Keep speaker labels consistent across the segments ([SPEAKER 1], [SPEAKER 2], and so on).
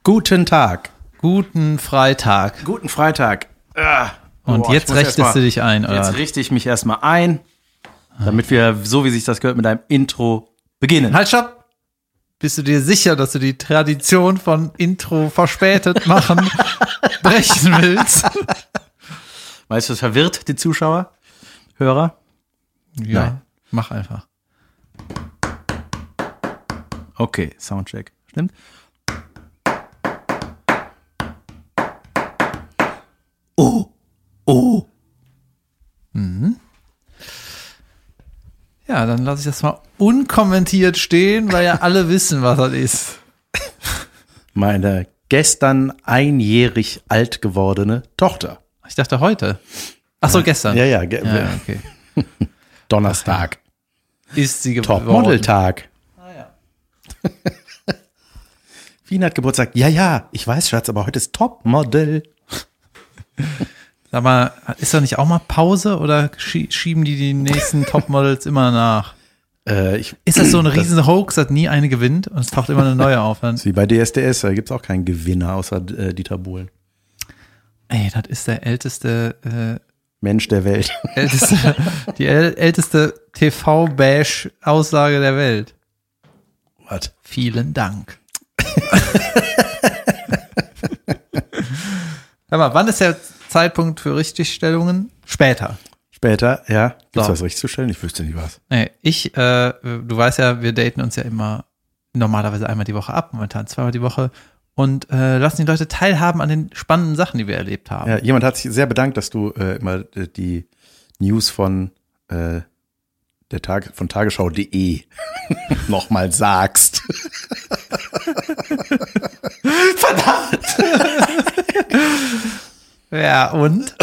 [SPEAKER 1] Guten Tag.
[SPEAKER 2] Guten Freitag.
[SPEAKER 1] Guten Freitag.
[SPEAKER 2] Und jetzt richtest du dich ein, oder?
[SPEAKER 1] Jetzt richte ich mich erstmal ein, damit wir, so wie sich das gehört, mit einem Intro beginnen.
[SPEAKER 2] Halt, stopp! Bist du dir sicher, dass du die Tradition von Intro verspätet machen brechen willst?
[SPEAKER 1] Weißt du, das verwirrt die Zuschauer, Hörer?
[SPEAKER 2] Ja,
[SPEAKER 1] Nein.
[SPEAKER 2] Mach einfach.
[SPEAKER 1] Okay, Soundcheck. Stimmt? Oh.
[SPEAKER 2] Ja, dann lasse ich das mal unkommentiert stehen, weil ja alle wissen, was das ist.
[SPEAKER 1] Meine gestern einjährig alt gewordene Tochter.
[SPEAKER 2] Ich dachte heute. Ach so, gestern.
[SPEAKER 1] Ja,
[SPEAKER 2] okay.
[SPEAKER 1] Donnerstag.
[SPEAKER 2] Ist sie geworden.
[SPEAKER 1] Topmodeltag.
[SPEAKER 2] ja.
[SPEAKER 1] Wien hat Geburtstag. Ja, ich weiß, Schatz, aber heute ist Topmodel.
[SPEAKER 2] Sag mal, ist da nicht auch mal Pause oder schieben die nächsten Topmodels immer nach? Ist das so ein riesen Hoax, dass nie eine gewinnt und es taucht immer eine neue auf?
[SPEAKER 1] Das ist wie bei DSDS, da gibt es auch keinen Gewinner außer Dieter Bohlen.
[SPEAKER 2] Ey, das ist der älteste
[SPEAKER 1] Mensch der Welt.
[SPEAKER 2] die älteste TV-Bash-Aussage der Welt.
[SPEAKER 1] Was?
[SPEAKER 2] Vielen Dank. Sag mal, wann ist der Zeitpunkt für Richtigstellungen? Später,
[SPEAKER 1] ja. Gibt's
[SPEAKER 2] So.
[SPEAKER 1] was richtig zu stellen? Ich wüsste nicht was.
[SPEAKER 2] Nee, du weißt ja, wir daten uns ja immer normalerweise einmal die Woche ab, momentan zweimal die Woche und lassen die Leute teilhaben an den spannenden Sachen, die wir erlebt haben.
[SPEAKER 1] Ja, jemand hat sich sehr bedankt, dass du immer die News von von tagesschau.de nochmal sagst.
[SPEAKER 2] Verdammt! Ja, und?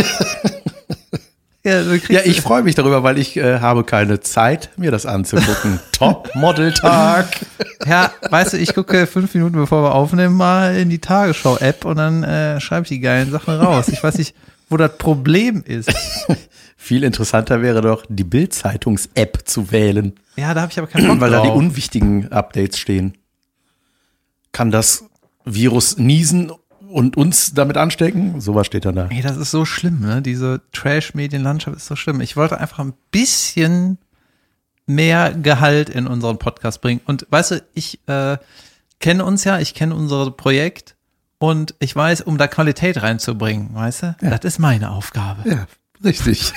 [SPEAKER 1] Ja, ich freue mich darüber, weil ich habe keine Zeit, mir das anzugucken. Topmodeltag.
[SPEAKER 2] Ja, weißt du, ich gucke 5 Minuten, bevor wir aufnehmen, mal in die Tagesschau-App und dann schreibe ich die geilen Sachen raus. Ich weiß nicht, wo das Problem ist.
[SPEAKER 1] Viel interessanter wäre doch, die Bild-Zeitungs-App zu wählen.
[SPEAKER 2] Ja, da habe ich aber keinen Bock
[SPEAKER 1] Weil da
[SPEAKER 2] drauf.
[SPEAKER 1] die unwichtigen Updates stehen. Kann das Virus niesen und uns damit anstecken? Sowas steht dann da.
[SPEAKER 2] Ey, das ist so schlimm, ne? Diese Trash-Medienlandschaft ist so schlimm. Ich wollte einfach ein bisschen mehr Gehalt in unseren Podcast bringen. Und weißt du, ich kenne uns ja, ich kenne unser Projekt und ich weiß, um da Qualität reinzubringen, weißt du?
[SPEAKER 1] Ja.
[SPEAKER 2] Das ist meine Aufgabe.
[SPEAKER 1] Ja, richtig.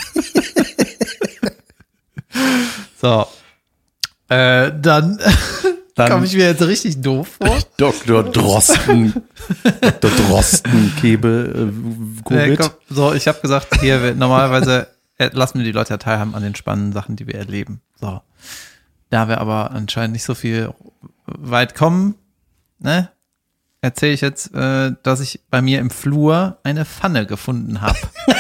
[SPEAKER 2] So. Dann komme ich mir jetzt richtig doof vor.
[SPEAKER 1] Dr. Drosten Kebe Covid.
[SPEAKER 2] Komm, so, ich habe gesagt, hier, normalerweise lassen wir die Leute ja teilhaben an den spannenden Sachen, die wir erleben. So. Da wir aber anscheinend nicht so viel weit kommen, ne, erzähle ich jetzt, dass ich bei mir im Flur eine Pfanne gefunden habe.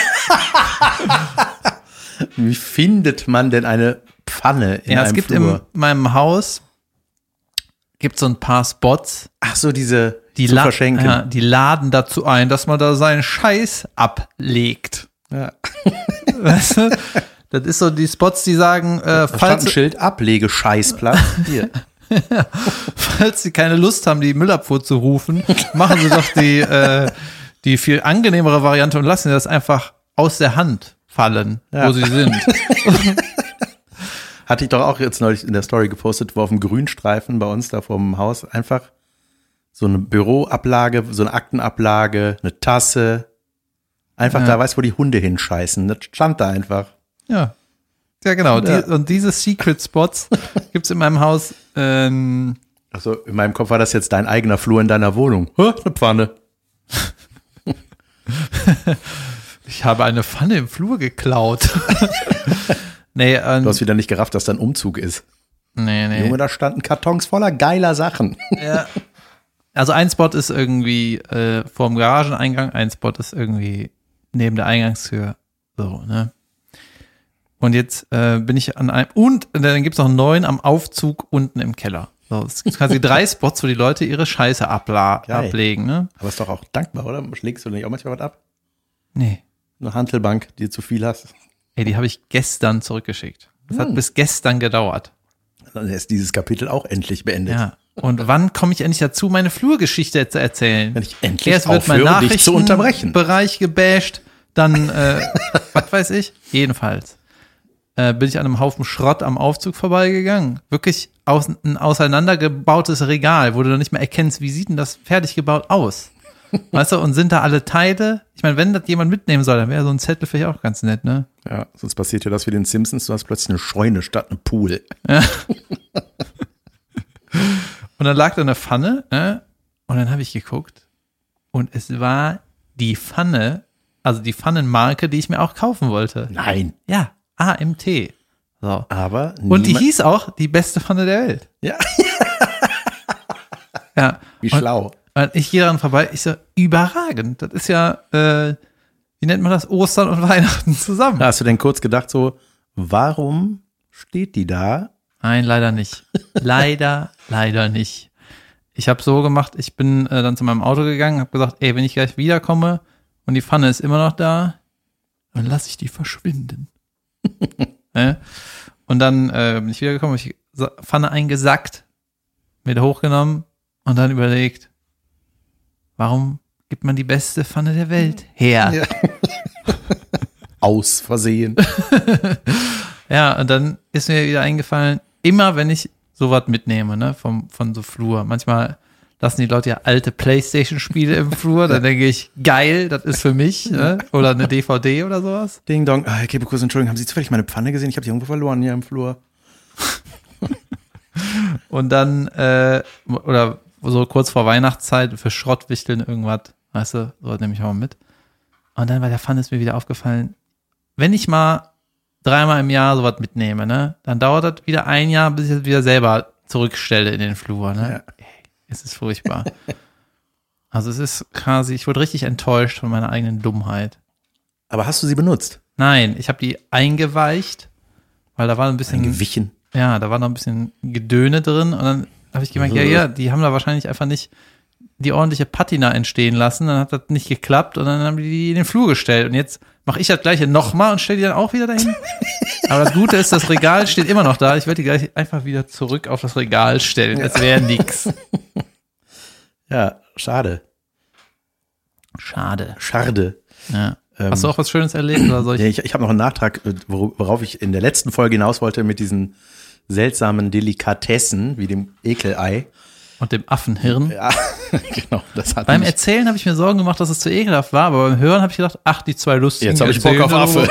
[SPEAKER 1] Wie findet man denn eine Pfanne in einem
[SPEAKER 2] Es gibt
[SPEAKER 1] Flur?
[SPEAKER 2] in meinem Haus gibt so ein paar Spots,
[SPEAKER 1] Ach so, diese
[SPEAKER 2] die,
[SPEAKER 1] zu verschenken.
[SPEAKER 2] ja, die laden dazu ein, dass man da seinen Scheiß ablegt.
[SPEAKER 1] Ja.
[SPEAKER 2] Weißt du? Das ist so die Spots, die sagen,
[SPEAKER 1] Da stand
[SPEAKER 2] falls,
[SPEAKER 1] ein Schild, Ablege-Scheißplatz. Hier.
[SPEAKER 2] falls sie keine Lust haben, die Müllabfuhr zu rufen, machen sie doch die viel angenehmere Variante und lassen das einfach aus der Hand fallen,
[SPEAKER 1] Ja.
[SPEAKER 2] wo sie sind.
[SPEAKER 1] Hatte ich doch auch jetzt neulich in der Story gepostet, wo auf dem Grünstreifen bei uns da vorm Haus einfach so eine Büroablage, so eine Aktenablage, eine Tasse. Einfach
[SPEAKER 2] Ja.
[SPEAKER 1] da, weißt du, wo die Hunde hinscheißen. Das stand da einfach.
[SPEAKER 2] Ja. Ja, genau.
[SPEAKER 1] Ja.
[SPEAKER 2] Und diese Secret Spots gibt's in meinem Haus.
[SPEAKER 1] Also in meinem Kopf war das jetzt dein eigener Flur in deiner Wohnung. Eine Pfanne.
[SPEAKER 2] Ich habe eine Pfanne im Flur geklaut. Nee,
[SPEAKER 1] Du hast wieder nicht gerafft, dass da ein Umzug ist.
[SPEAKER 2] nee.
[SPEAKER 1] Junge, da standen Kartons voller geiler Sachen.
[SPEAKER 2] Ja. Also ein Spot ist irgendwie vorm Garageneingang, ein Spot ist irgendwie neben der Eingangstür. So, ne? Und jetzt bin ich an einem, und dann gibt's noch einen neuen am Aufzug unten im Keller. So, es gibt quasi 3 Spots, wo die Leute ihre Scheiße ablegen, ne?
[SPEAKER 1] Aber ist doch auch dankbar, oder? Schlägst du nicht auch manchmal was ab?
[SPEAKER 2] Nee.
[SPEAKER 1] Eine Hantelbank, die du zu viel hast.
[SPEAKER 2] Ey, die habe ich gestern zurückgeschickt. Das hat bis gestern gedauert.
[SPEAKER 1] Dann ist dieses Kapitel auch endlich beendet.
[SPEAKER 2] Ja. Und wann komme ich endlich dazu, meine Flurgeschichte zu erzählen?
[SPEAKER 1] Wenn ich endlich
[SPEAKER 2] Erst wird mein
[SPEAKER 1] aufhöre, dich zu unterbrechen.
[SPEAKER 2] Nachrichtenbereich gebasht, dann, was weiß ich. Jedenfalls bin ich an einem Haufen Schrott am Aufzug vorbeigegangen. Wirklich ein auseinandergebautes Regal, wo du dann nicht mehr erkennst, wie sieht denn das fertig gebaut aus? Weißt du, und sind da alle Teile? Ich meine, wenn das jemand mitnehmen soll, dann wäre so ein Zettel vielleicht auch ganz nett, ne?
[SPEAKER 1] Ja, sonst passiert ja das wie den Simpsons, du hast plötzlich eine Scheune statt einem Pool.
[SPEAKER 2] Ja. Und dann lag da eine Pfanne, ne? Und dann habe ich geguckt und es war die Pfanne, also die Pfannenmarke, die ich mir auch kaufen wollte.
[SPEAKER 1] Nein.
[SPEAKER 2] Ja, AMT. So.
[SPEAKER 1] Aber
[SPEAKER 2] Und die hieß auch die beste Pfanne der Welt.
[SPEAKER 1] Ja.
[SPEAKER 2] Ja.
[SPEAKER 1] Wie schlau.
[SPEAKER 2] Und ich gehe daran vorbei, ich so, überragend. Das ist ja, wie nennt man das, Ostern und Weihnachten zusammen.
[SPEAKER 1] Da hast du denn kurz gedacht so, warum steht die da?
[SPEAKER 2] Nein, leider nicht. Leider nicht. Ich habe so gemacht, ich bin dann zu meinem Auto gegangen, habe gesagt, ey, wenn ich gleich wiederkomme und die Pfanne ist immer noch da, dann lasse ich die verschwinden. Und dann bin ich wiedergekommen, habe ich Pfanne eingesackt, wieder hochgenommen und dann überlegt, warum gibt man die beste Pfanne der Welt her?
[SPEAKER 1] Ja. Aus Versehen.
[SPEAKER 2] Ja, und dann ist mir wieder eingefallen, immer wenn ich sowas mitnehme, ne, von so Flur. Manchmal lassen die Leute ja alte Playstation-Spiele im Flur, dann denke ich, geil, das ist für mich, ne? Oder eine DVD oder sowas.
[SPEAKER 1] Ding Dong. Ich gebe kurz Entschuldigung, haben Sie zufällig meine Pfanne gesehen? Ich habe die irgendwo verloren hier im Flur.
[SPEAKER 2] Und dann, oder so kurz vor Weihnachtszeit für Schrottwichteln irgendwas, weißt du, so nehme ich auch mal mit. Und dann bei der Pfanne ist mir wieder aufgefallen, wenn ich mal 3-mal im Jahr sowas mitnehme, ne, dann dauert das wieder ein Jahr, bis ich es wieder selber zurückstelle in den Flur, ne.
[SPEAKER 1] Ja.
[SPEAKER 2] Es ist furchtbar. Also es ist quasi, ich wurde richtig enttäuscht von meiner eigenen Dummheit.
[SPEAKER 1] Aber hast du sie benutzt?
[SPEAKER 2] Nein, ich habe die eingeweicht, weil da war ein bisschen,
[SPEAKER 1] Eingewichen.
[SPEAKER 2] ja, da war noch ein bisschen Gedöne drin und dann habe ich gemerkt, ja, die haben da wahrscheinlich einfach nicht die ordentliche Patina entstehen lassen, dann hat das nicht geklappt und dann haben die in den Flur gestellt und jetzt mache ich das gleiche nochmal und stelle die dann auch wieder dahin. Aber das Gute ist, das Regal steht immer noch da, ich werde die gleich einfach wieder zurück auf das Regal stellen, als wäre nix.
[SPEAKER 1] Ja, schade.
[SPEAKER 2] Schade. Ja. Hast du auch was Schönes erlebt? Oder soll ich?
[SPEAKER 1] Ja, ich habe noch einen Nachtrag, worauf ich in der letzten Folge hinaus wollte mit diesen seltsamen Delikatessen wie dem Ekelei.
[SPEAKER 2] Und dem Affenhirn.
[SPEAKER 1] Ja, genau. Das hat
[SPEAKER 2] Beim
[SPEAKER 1] mich,
[SPEAKER 2] Erzählen habe ich mir Sorgen gemacht, dass es zu ekelhaft war, aber beim Hören habe ich gedacht, ach, die zwei lustigen.
[SPEAKER 1] jetzt habe ich Bock auf Affe.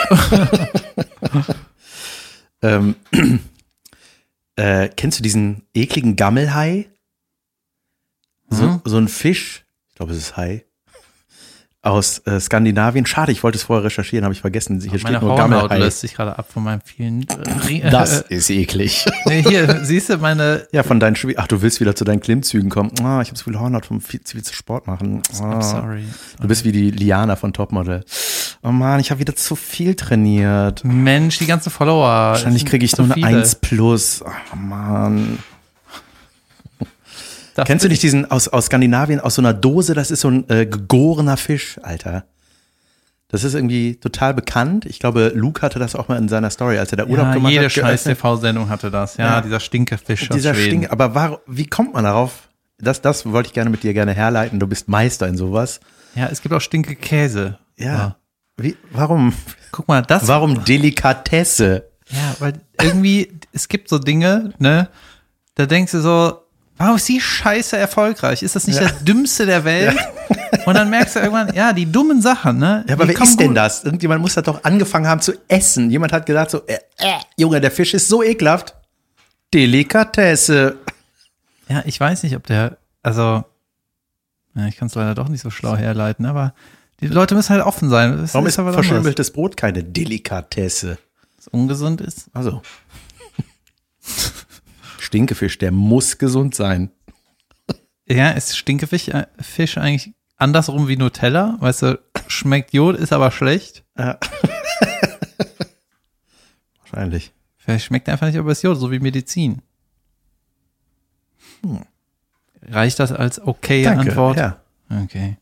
[SPEAKER 1] Kennst du diesen ekligen Gammelhai? So ein Fisch, ich glaube, es ist Hai, aus Skandinavien. Schade, ich wollte es vorher recherchieren, habe ich vergessen. Hier steht
[SPEAKER 2] Meine
[SPEAKER 1] nur
[SPEAKER 2] Hornhaut
[SPEAKER 1] Gammelhai.
[SPEAKER 2] löst sich gerade ab von meinem vielen.
[SPEAKER 1] Das ist eklig.
[SPEAKER 2] Nee, hier, siehst du meine.
[SPEAKER 1] Ja, von deinen Ach, du willst wieder zu deinen Klimmzügen kommen. Ich habe so viel Hornhaut vom viel zu Sport machen.
[SPEAKER 2] I'm sorry.
[SPEAKER 1] Du bist wie die Liana von Topmodel. Oh Mann, ich habe wieder zu viel trainiert.
[SPEAKER 2] Mensch, die ganzen Follower.
[SPEAKER 1] Wahrscheinlich kriege ich nur eine 1+. Oh Mann. Kennst du nicht diesen aus Skandinavien, aus so einer Dose? Das ist so ein gegorener Fisch, Alter. Das ist irgendwie total bekannt. Ich glaube, Luke hatte das auch mal in seiner Story, als er da Urlaub gemacht
[SPEAKER 2] jede
[SPEAKER 1] hat.
[SPEAKER 2] Jede scheiß TV-Sendung hatte das. Ja, dieser Stinkefisch aus Schweden.
[SPEAKER 1] Aber wie kommt man darauf? Das wollte ich mit dir gerne herleiten. Du bist Meister in sowas.
[SPEAKER 2] Ja, es gibt auch Stinkekäse.
[SPEAKER 1] Ja. Warum?
[SPEAKER 2] Guck mal,
[SPEAKER 1] Warum Delikatesse?
[SPEAKER 2] Ja, weil irgendwie, es gibt so Dinge, ne, da denkst du so, warum ist die Scheiße erfolgreich? Ist das nicht das Dümmste der Welt? Ja. Und dann merkst du irgendwann, ja, die dummen Sachen, ne?
[SPEAKER 1] Ja, aber wer ist denn das? Irgendjemand muss das doch angefangen haben zu essen. Jemand hat gesagt so, Junge, der Fisch ist so ekelhaft. Delikatesse.
[SPEAKER 2] Ja, ich weiß nicht, ob der, also, ja, ich kann es leider doch nicht so schlau herleiten, aber die Leute müssen halt offen sein.
[SPEAKER 1] Warum ist verschimmeltes Brot keine Delikatesse?
[SPEAKER 2] Was ungesund ist?
[SPEAKER 1] Also. Stinkefisch, der muss gesund sein.
[SPEAKER 2] Ja, ist Stinkefisch eigentlich andersrum wie Nutella? Weißt du, schmeckt Jod, ist aber schlecht.
[SPEAKER 1] Ja. Wahrscheinlich.
[SPEAKER 2] Vielleicht schmeckt er einfach nicht, aber es ist Jod, so wie Medizin. Reicht das als okaye Antwort?
[SPEAKER 1] Ja.
[SPEAKER 2] Okay.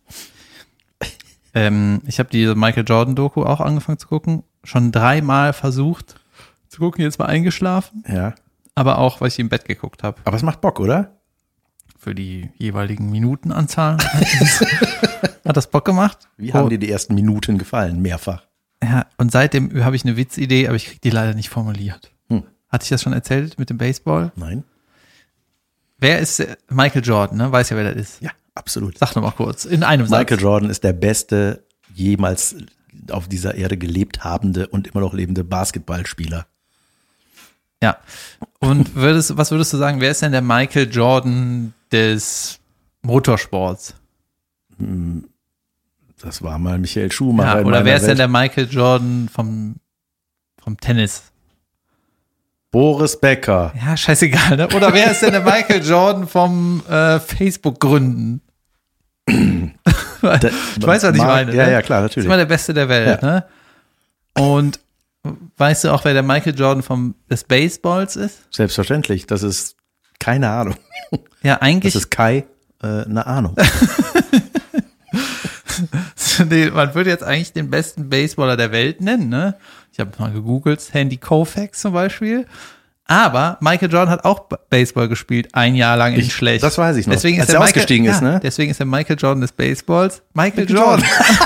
[SPEAKER 2] Ich habe diese Michael Jordan-Doku auch angefangen zu gucken. Schon 3-mal versucht zu gucken, jetzt mal eingeschlafen.
[SPEAKER 1] Ja.
[SPEAKER 2] Aber auch, weil ich im Bett geguckt habe.
[SPEAKER 1] Aber es macht Bock, oder?
[SPEAKER 2] für die jeweiligen Minutenanzahl. Hat das Bock gemacht?
[SPEAKER 1] Wie haben dir die ersten Minuten gefallen? Mehrfach.
[SPEAKER 2] Ja, und seitdem habe ich eine Witzidee, aber ich kriege die leider nicht formuliert. Hatte ich das schon erzählt mit dem Baseball?
[SPEAKER 1] Nein.
[SPEAKER 2] Wer ist Michael Jordan, ne? Weiß ja, wer das ist.
[SPEAKER 1] Ja, absolut.
[SPEAKER 2] Sag noch mal kurz, in einem Satz.
[SPEAKER 1] Michael Jordan ist der beste jemals auf dieser Erde gelebt habende und immer noch lebende Basketballspieler.
[SPEAKER 2] Ja. Und was würdest du sagen, wer ist denn der Michael Jordan des Motorsports?
[SPEAKER 1] Das war mal Michael Schumacher.
[SPEAKER 2] Ja, oder wer ist denn der Michael Jordan vom Tennis?
[SPEAKER 1] Boris Becker.
[SPEAKER 2] Ja, scheißegal, ne? Oder wer ist denn der Michael Jordan vom Facebook-Gründen? Ich weiß, was ich meine.
[SPEAKER 1] Ja,
[SPEAKER 2] ne?
[SPEAKER 1] ja, klar, natürlich.
[SPEAKER 2] Ist immer der Beste der Welt,
[SPEAKER 1] Ja.
[SPEAKER 2] ne? Und weißt du auch, wer der Michael Jordan des Baseballs ist?
[SPEAKER 1] Selbstverständlich. Das ist keine Ahnung.
[SPEAKER 2] Ja, eigentlich.
[SPEAKER 1] Das ist Kai, eine Ahnung.
[SPEAKER 2] Nee, man würde jetzt eigentlich den besten Baseballer der Welt nennen, ne? Ich habe mal gegoogelt, Sandy Koufax zum Beispiel. Aber Michael Jordan hat auch Baseball gespielt, ein Jahr lang in schlecht.
[SPEAKER 1] Das weiß ich noch.
[SPEAKER 2] Deswegen ist
[SPEAKER 1] Als er ausgestiegen ist, ne?
[SPEAKER 2] Deswegen ist der Michael Jordan des Baseballs Michael Jordan.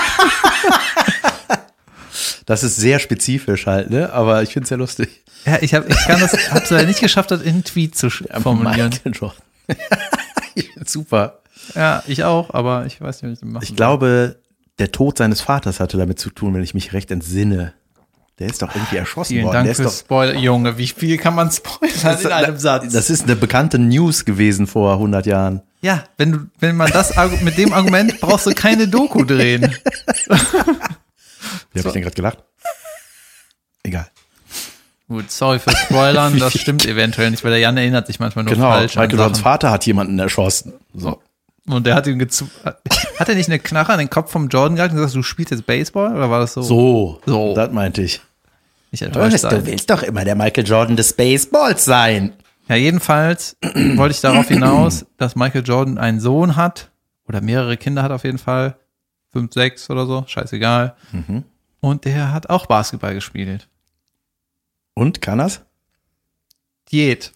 [SPEAKER 1] Das ist sehr spezifisch halt, ne? Aber ich finde es ja lustig.
[SPEAKER 2] Ja, ich hab's leider nicht geschafft, das in einen Tweet zu formulieren.
[SPEAKER 1] Michael Jordan. Ich find's super.
[SPEAKER 2] Ja, ich auch, aber ich weiß nicht, wie ich das machen
[SPEAKER 1] Ich glaube, der Tod seines Vaters hatte damit zu tun, wenn ich mich recht entsinne. Der ist doch irgendwie erschossen
[SPEAKER 2] Vielen
[SPEAKER 1] worden.
[SPEAKER 2] Dank
[SPEAKER 1] Der ist
[SPEAKER 2] fürs Spoiler. Junge, wie viel kann man spoilern in einem Satz?
[SPEAKER 1] Das ist eine bekannte News gewesen vor 100 Jahren.
[SPEAKER 2] Ja, wenn man mit dem Argument brauchst du keine Doku drehen.
[SPEAKER 1] Wie habe ich denn gerade gelacht? Egal.
[SPEAKER 2] Gut, sorry fürs Spoilern, das stimmt eventuell nicht, weil der Jan erinnert sich manchmal nur
[SPEAKER 1] Genau,
[SPEAKER 2] falsch an
[SPEAKER 1] Michael Jordans
[SPEAKER 2] Sachen.
[SPEAKER 1] Vater hat jemanden erschossen. So.
[SPEAKER 2] Und der hat ihn hat er nicht eine Knarre an den Kopf vom Jordan gehalten und gesagt, du spielst jetzt Baseball? Oder war das so?
[SPEAKER 1] So. Das meinte ich.
[SPEAKER 2] Nicht enttäuscht sein.
[SPEAKER 1] Du willst doch immer der Michael Jordan des Baseballs sein.
[SPEAKER 2] Ja, jedenfalls wollte ich darauf hinaus, dass Michael Jordan einen Sohn hat oder mehrere Kinder hat auf jeden Fall. 5, 6 oder so, scheißegal. Und der hat auch Basketball gespielt.
[SPEAKER 1] Und, kann er's?
[SPEAKER 2] Diät.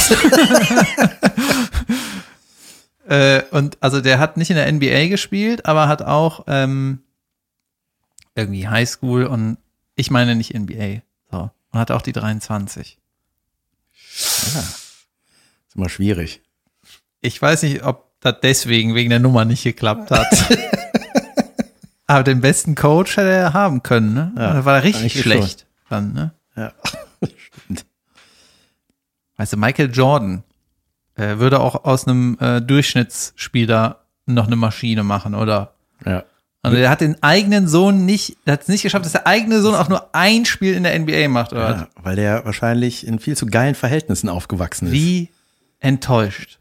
[SPEAKER 2] Und also der hat nicht in der NBA gespielt, aber hat auch irgendwie Highschool und ich meine nicht NBA. So. Und hat auch die 23.
[SPEAKER 1] Ja. Ist immer schwierig.
[SPEAKER 2] Ich weiß nicht, ob das deswegen wegen der Nummer nicht geklappt hat. Aber den besten Coach hätte er haben können, ne?
[SPEAKER 1] Ja,
[SPEAKER 2] Da war er richtig
[SPEAKER 1] eigentlich
[SPEAKER 2] schlecht dann, ne?
[SPEAKER 1] Ja, stimmt.
[SPEAKER 2] Weißt du, Michael Jordan würde auch aus einem Durchschnittsspieler noch eine Maschine machen, oder?
[SPEAKER 1] Ja.
[SPEAKER 2] Also der hat den eigenen Sohn der hat es nicht geschafft, dass der eigene Sohn auch nur ein Spiel in der NBA macht, oder?
[SPEAKER 1] Ja, weil der wahrscheinlich in viel zu geilen Verhältnissen aufgewachsen ist.
[SPEAKER 2] Wie enttäuscht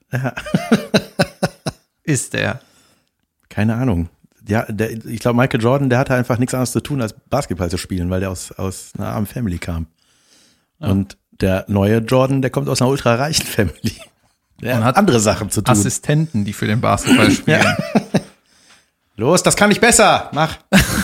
[SPEAKER 2] ist der?
[SPEAKER 1] Keine Ahnung. Ja, ich glaube, Michael Jordan, der hatte einfach nichts anderes zu tun, als Basketball zu spielen, weil der aus einer armen Family kam. Ja. Und der neue Jordan, der kommt aus einer ultra-reichen Family. Der
[SPEAKER 2] hat
[SPEAKER 1] andere Sachen zu tun.
[SPEAKER 2] Assistenten, die für den Basketball spielen.
[SPEAKER 1] Ja. Los, das kann ich besser. Mach.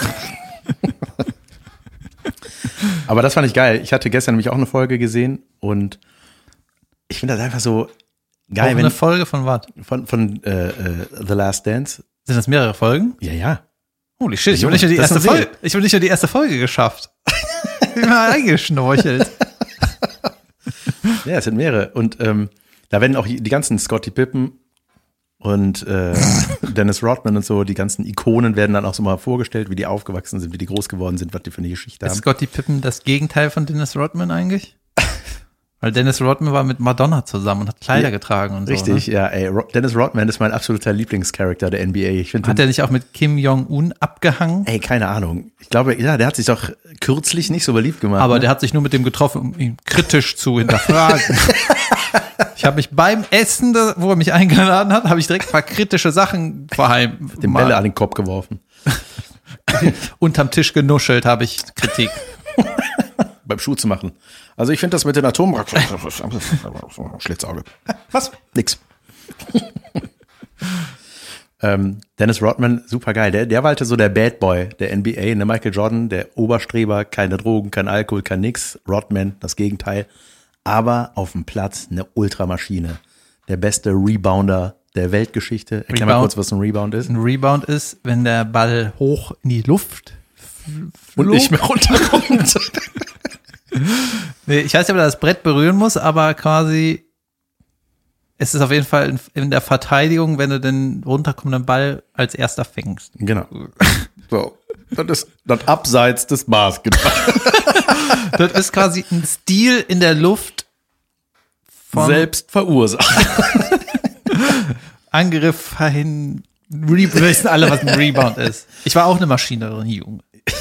[SPEAKER 1] Aber das fand ich geil. Ich hatte gestern nämlich auch eine Folge gesehen und ich finde das einfach so geil.
[SPEAKER 2] Auch eine Folge von was?
[SPEAKER 1] Von The Last Dance.
[SPEAKER 2] Sind das mehrere Folgen?
[SPEAKER 1] Ja.
[SPEAKER 2] Holy shit, ich habe nicht nur die erste Folge. Ich habe nicht nur die erste Folge geschafft. Ich bin mal eingeschnorchelt.
[SPEAKER 1] Ja, es sind mehrere. Und da werden auch die ganzen Scottie Pippen und Dennis Rodman und so, die ganzen Ikonen werden dann auch so mal vorgestellt, wie die aufgewachsen sind, wie die groß geworden sind, was die für eine Geschichte haben.
[SPEAKER 2] Ist Scottie Pippen das Gegenteil von Dennis Rodman eigentlich? Weil Dennis Rodman war mit Madonna zusammen und hat Kleider getragen und
[SPEAKER 1] Richtig,
[SPEAKER 2] so. Ne?
[SPEAKER 1] ja, ey. Dennis Rodman ist mein absoluter Lieblingscharakter der NBA. Ich finde,
[SPEAKER 2] hat er nicht auch mit Kim Jong-un abgehangen?
[SPEAKER 1] Ey, keine Ahnung. Ich glaube, ja, der hat sich doch kürzlich nicht so beliebt gemacht.
[SPEAKER 2] Aber
[SPEAKER 1] ne?
[SPEAKER 2] der hat sich nur mit dem getroffen, um ihn kritisch zu hinterfragen. Ich habe mich beim Essen, wo er mich eingeladen hat, habe ich direkt ein paar kritische Sachen
[SPEAKER 1] den Bälle an den Kopf geworfen.
[SPEAKER 2] Unterm Tisch genuschelt habe ich Kritik.
[SPEAKER 1] Beim Schuh zu machen. Also ich finde das mit den Atomraketen. Schlitzauge. Was? Nix. Dennis Rodman, super geil. Der war halt so der Bad Boy der NBA. Ne? Michael Jordan, der Oberstreber, keine Drogen, kein Alkohol, kein nix. Rodman, das Gegenteil. Aber auf dem Platz eine Ultramaschine. Der beste Rebounder der Weltgeschichte. Erklär mal kurz, was ein Rebound ist.
[SPEAKER 2] Ein Rebound ist, wenn der Ball hoch in die Luft
[SPEAKER 1] und nicht mehr runterkommt.
[SPEAKER 2] Nee, ich weiß nicht, ob er das Brett berühren muss, aber quasi es ist auf jeden Fall in der Verteidigung, wenn du den runterkommenden Ball als erster fängst.
[SPEAKER 1] Genau. So. Das ist das Abseits des Basketballs.
[SPEAKER 2] Das ist quasi ein Stil in der Luft von
[SPEAKER 1] selbst verursacht.
[SPEAKER 2] Angriff verhindern. Wir wissen alle, was ein Rebound ist. Ich war auch eine Maschine drin, Junge.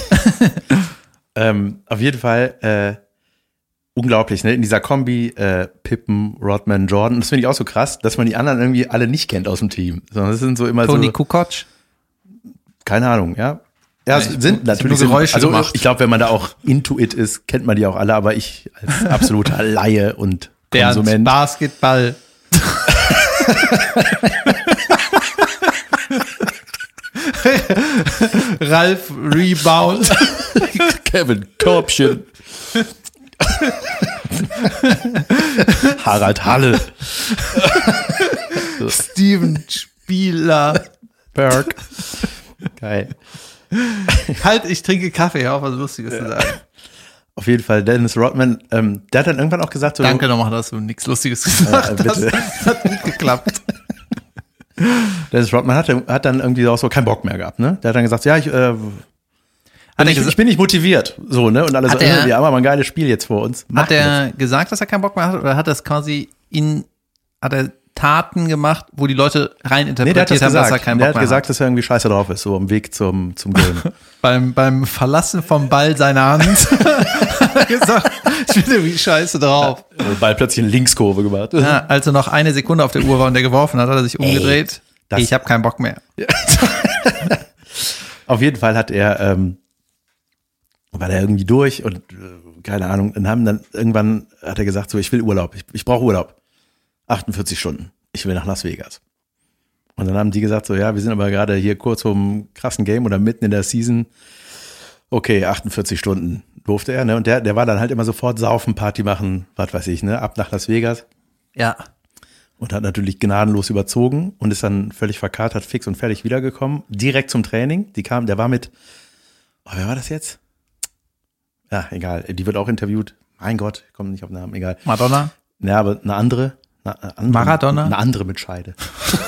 [SPEAKER 1] Auf jeden Fall unglaublich, ne? In dieser Kombi Pippen, Rodman, Jordan. Das finde ich auch so krass, dass man die anderen irgendwie alle nicht kennt aus dem Team. Sondern das sind so immer
[SPEAKER 2] Toni
[SPEAKER 1] so.
[SPEAKER 2] Kukoc?
[SPEAKER 1] Keine Ahnung, ja. Ja, es sind natürlich
[SPEAKER 2] Geräusche
[SPEAKER 1] also
[SPEAKER 2] gemacht.
[SPEAKER 1] Ich glaube, wenn man da auch into it ist, kennt man die auch alle, aber ich als absoluter Laie und Konsument.
[SPEAKER 2] Basketball. Ralf Rebound.
[SPEAKER 1] Kevin Körbchen. Harald Halle.
[SPEAKER 2] Steven Spieler.
[SPEAKER 1] Berg. Geil.
[SPEAKER 2] Halt, ich trinke Kaffee, auch was Lustiges zu sagen.
[SPEAKER 1] Auf jeden Fall, Dennis Rodman, der hat dann irgendwann auch gesagt, so,
[SPEAKER 2] danke nochmal, dass du nichts Lustiges gesagt hast. Das hat gut geklappt.
[SPEAKER 1] Dennis Rodman hat dann irgendwie auch so keinen Bock mehr gehabt, ne? Der hat dann gesagt, ja, ich bin nicht motiviert, so, ne? Und alle so, wir haben aber ein geiles Spiel jetzt vor uns.
[SPEAKER 2] Hat er gesagt, dass er keinen Bock mehr hat, oder hat das quasi hat er Taten gemacht, wo die Leute reininterpretiert haben, dass er keinen Bock mehr hat?
[SPEAKER 1] Der hat gesagt, dass er irgendwie scheiße drauf ist, so am Weg zum Game.
[SPEAKER 2] beim Verlassen vom Ball seiner Hand hat er gesagt, ich bin irgendwie scheiße drauf.
[SPEAKER 1] Der Ball plötzlich eine Linkskurve gemacht.
[SPEAKER 2] Ja, als er noch 1 Sekunde auf der Uhr war und der geworfen hat er sich umgedreht. Ich habe keinen Bock mehr.
[SPEAKER 1] Ja. Auf jeden Fall hat er war der irgendwie durch und keine Ahnung, irgendwann hat er gesagt, so, ich will Urlaub, ich brauche Urlaub. 48 Stunden, ich will nach Las Vegas. Und dann haben die gesagt, so, ja, wir sind aber gerade hier kurz vorm krassen Game oder mitten in der Season. Okay, 48 Stunden durfte er, ne? Und der war dann halt immer sofort saufen, Party machen, was weiß ich, ne? Ab nach Las Vegas.
[SPEAKER 2] Ja.
[SPEAKER 1] Und hat natürlich gnadenlos überzogen und ist dann völlig verkatert, fix und fertig wiedergekommen. Direkt zum Training. Der war mit, wer war das jetzt? Ja, egal. Die wird auch interviewt. Mein Gott, ich komme nicht auf den Namen, egal.
[SPEAKER 2] Madonna?
[SPEAKER 1] Ja, aber eine andere.
[SPEAKER 2] Maradona?
[SPEAKER 1] Eine andere mit Scheide.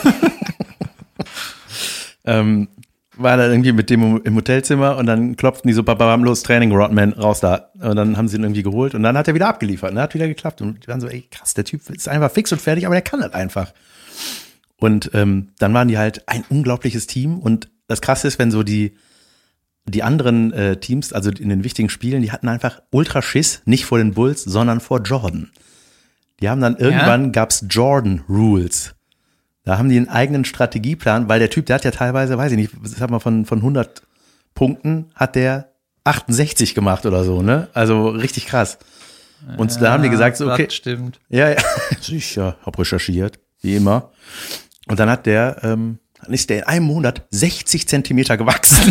[SPEAKER 1] War da irgendwie mit dem im Hotelzimmer und dann klopften die so, bam, los, Training, Rodman, raus da. Und dann haben sie ihn irgendwie geholt und dann hat er wieder abgeliefert, ne? Hat wieder geklappt. Und die waren so, ey, krass, der Typ ist einfach fix und fertig, aber der kann das einfach. Und dann waren die halt ein unglaubliches Team und das Krasse ist, wenn so die anderen Teams, also in den wichtigen Spielen, die hatten einfach ultra Schiss, nicht vor den Bulls, sondern vor Jordan. Die haben dann irgendwann gab's Jordan Rules. Da haben die einen eigenen Strategieplan, weil der Typ, der hat ja teilweise, weiß ich nicht, sag mal von 100 Punkten hat der 68 gemacht oder so, ne? Also richtig krass. Und da haben die gesagt, so, okay.
[SPEAKER 2] Das stimmt.
[SPEAKER 1] Ja, sicher, hab recherchiert, wie immer. Und dann dann ist der in einem Monat 60 Zentimeter gewachsen.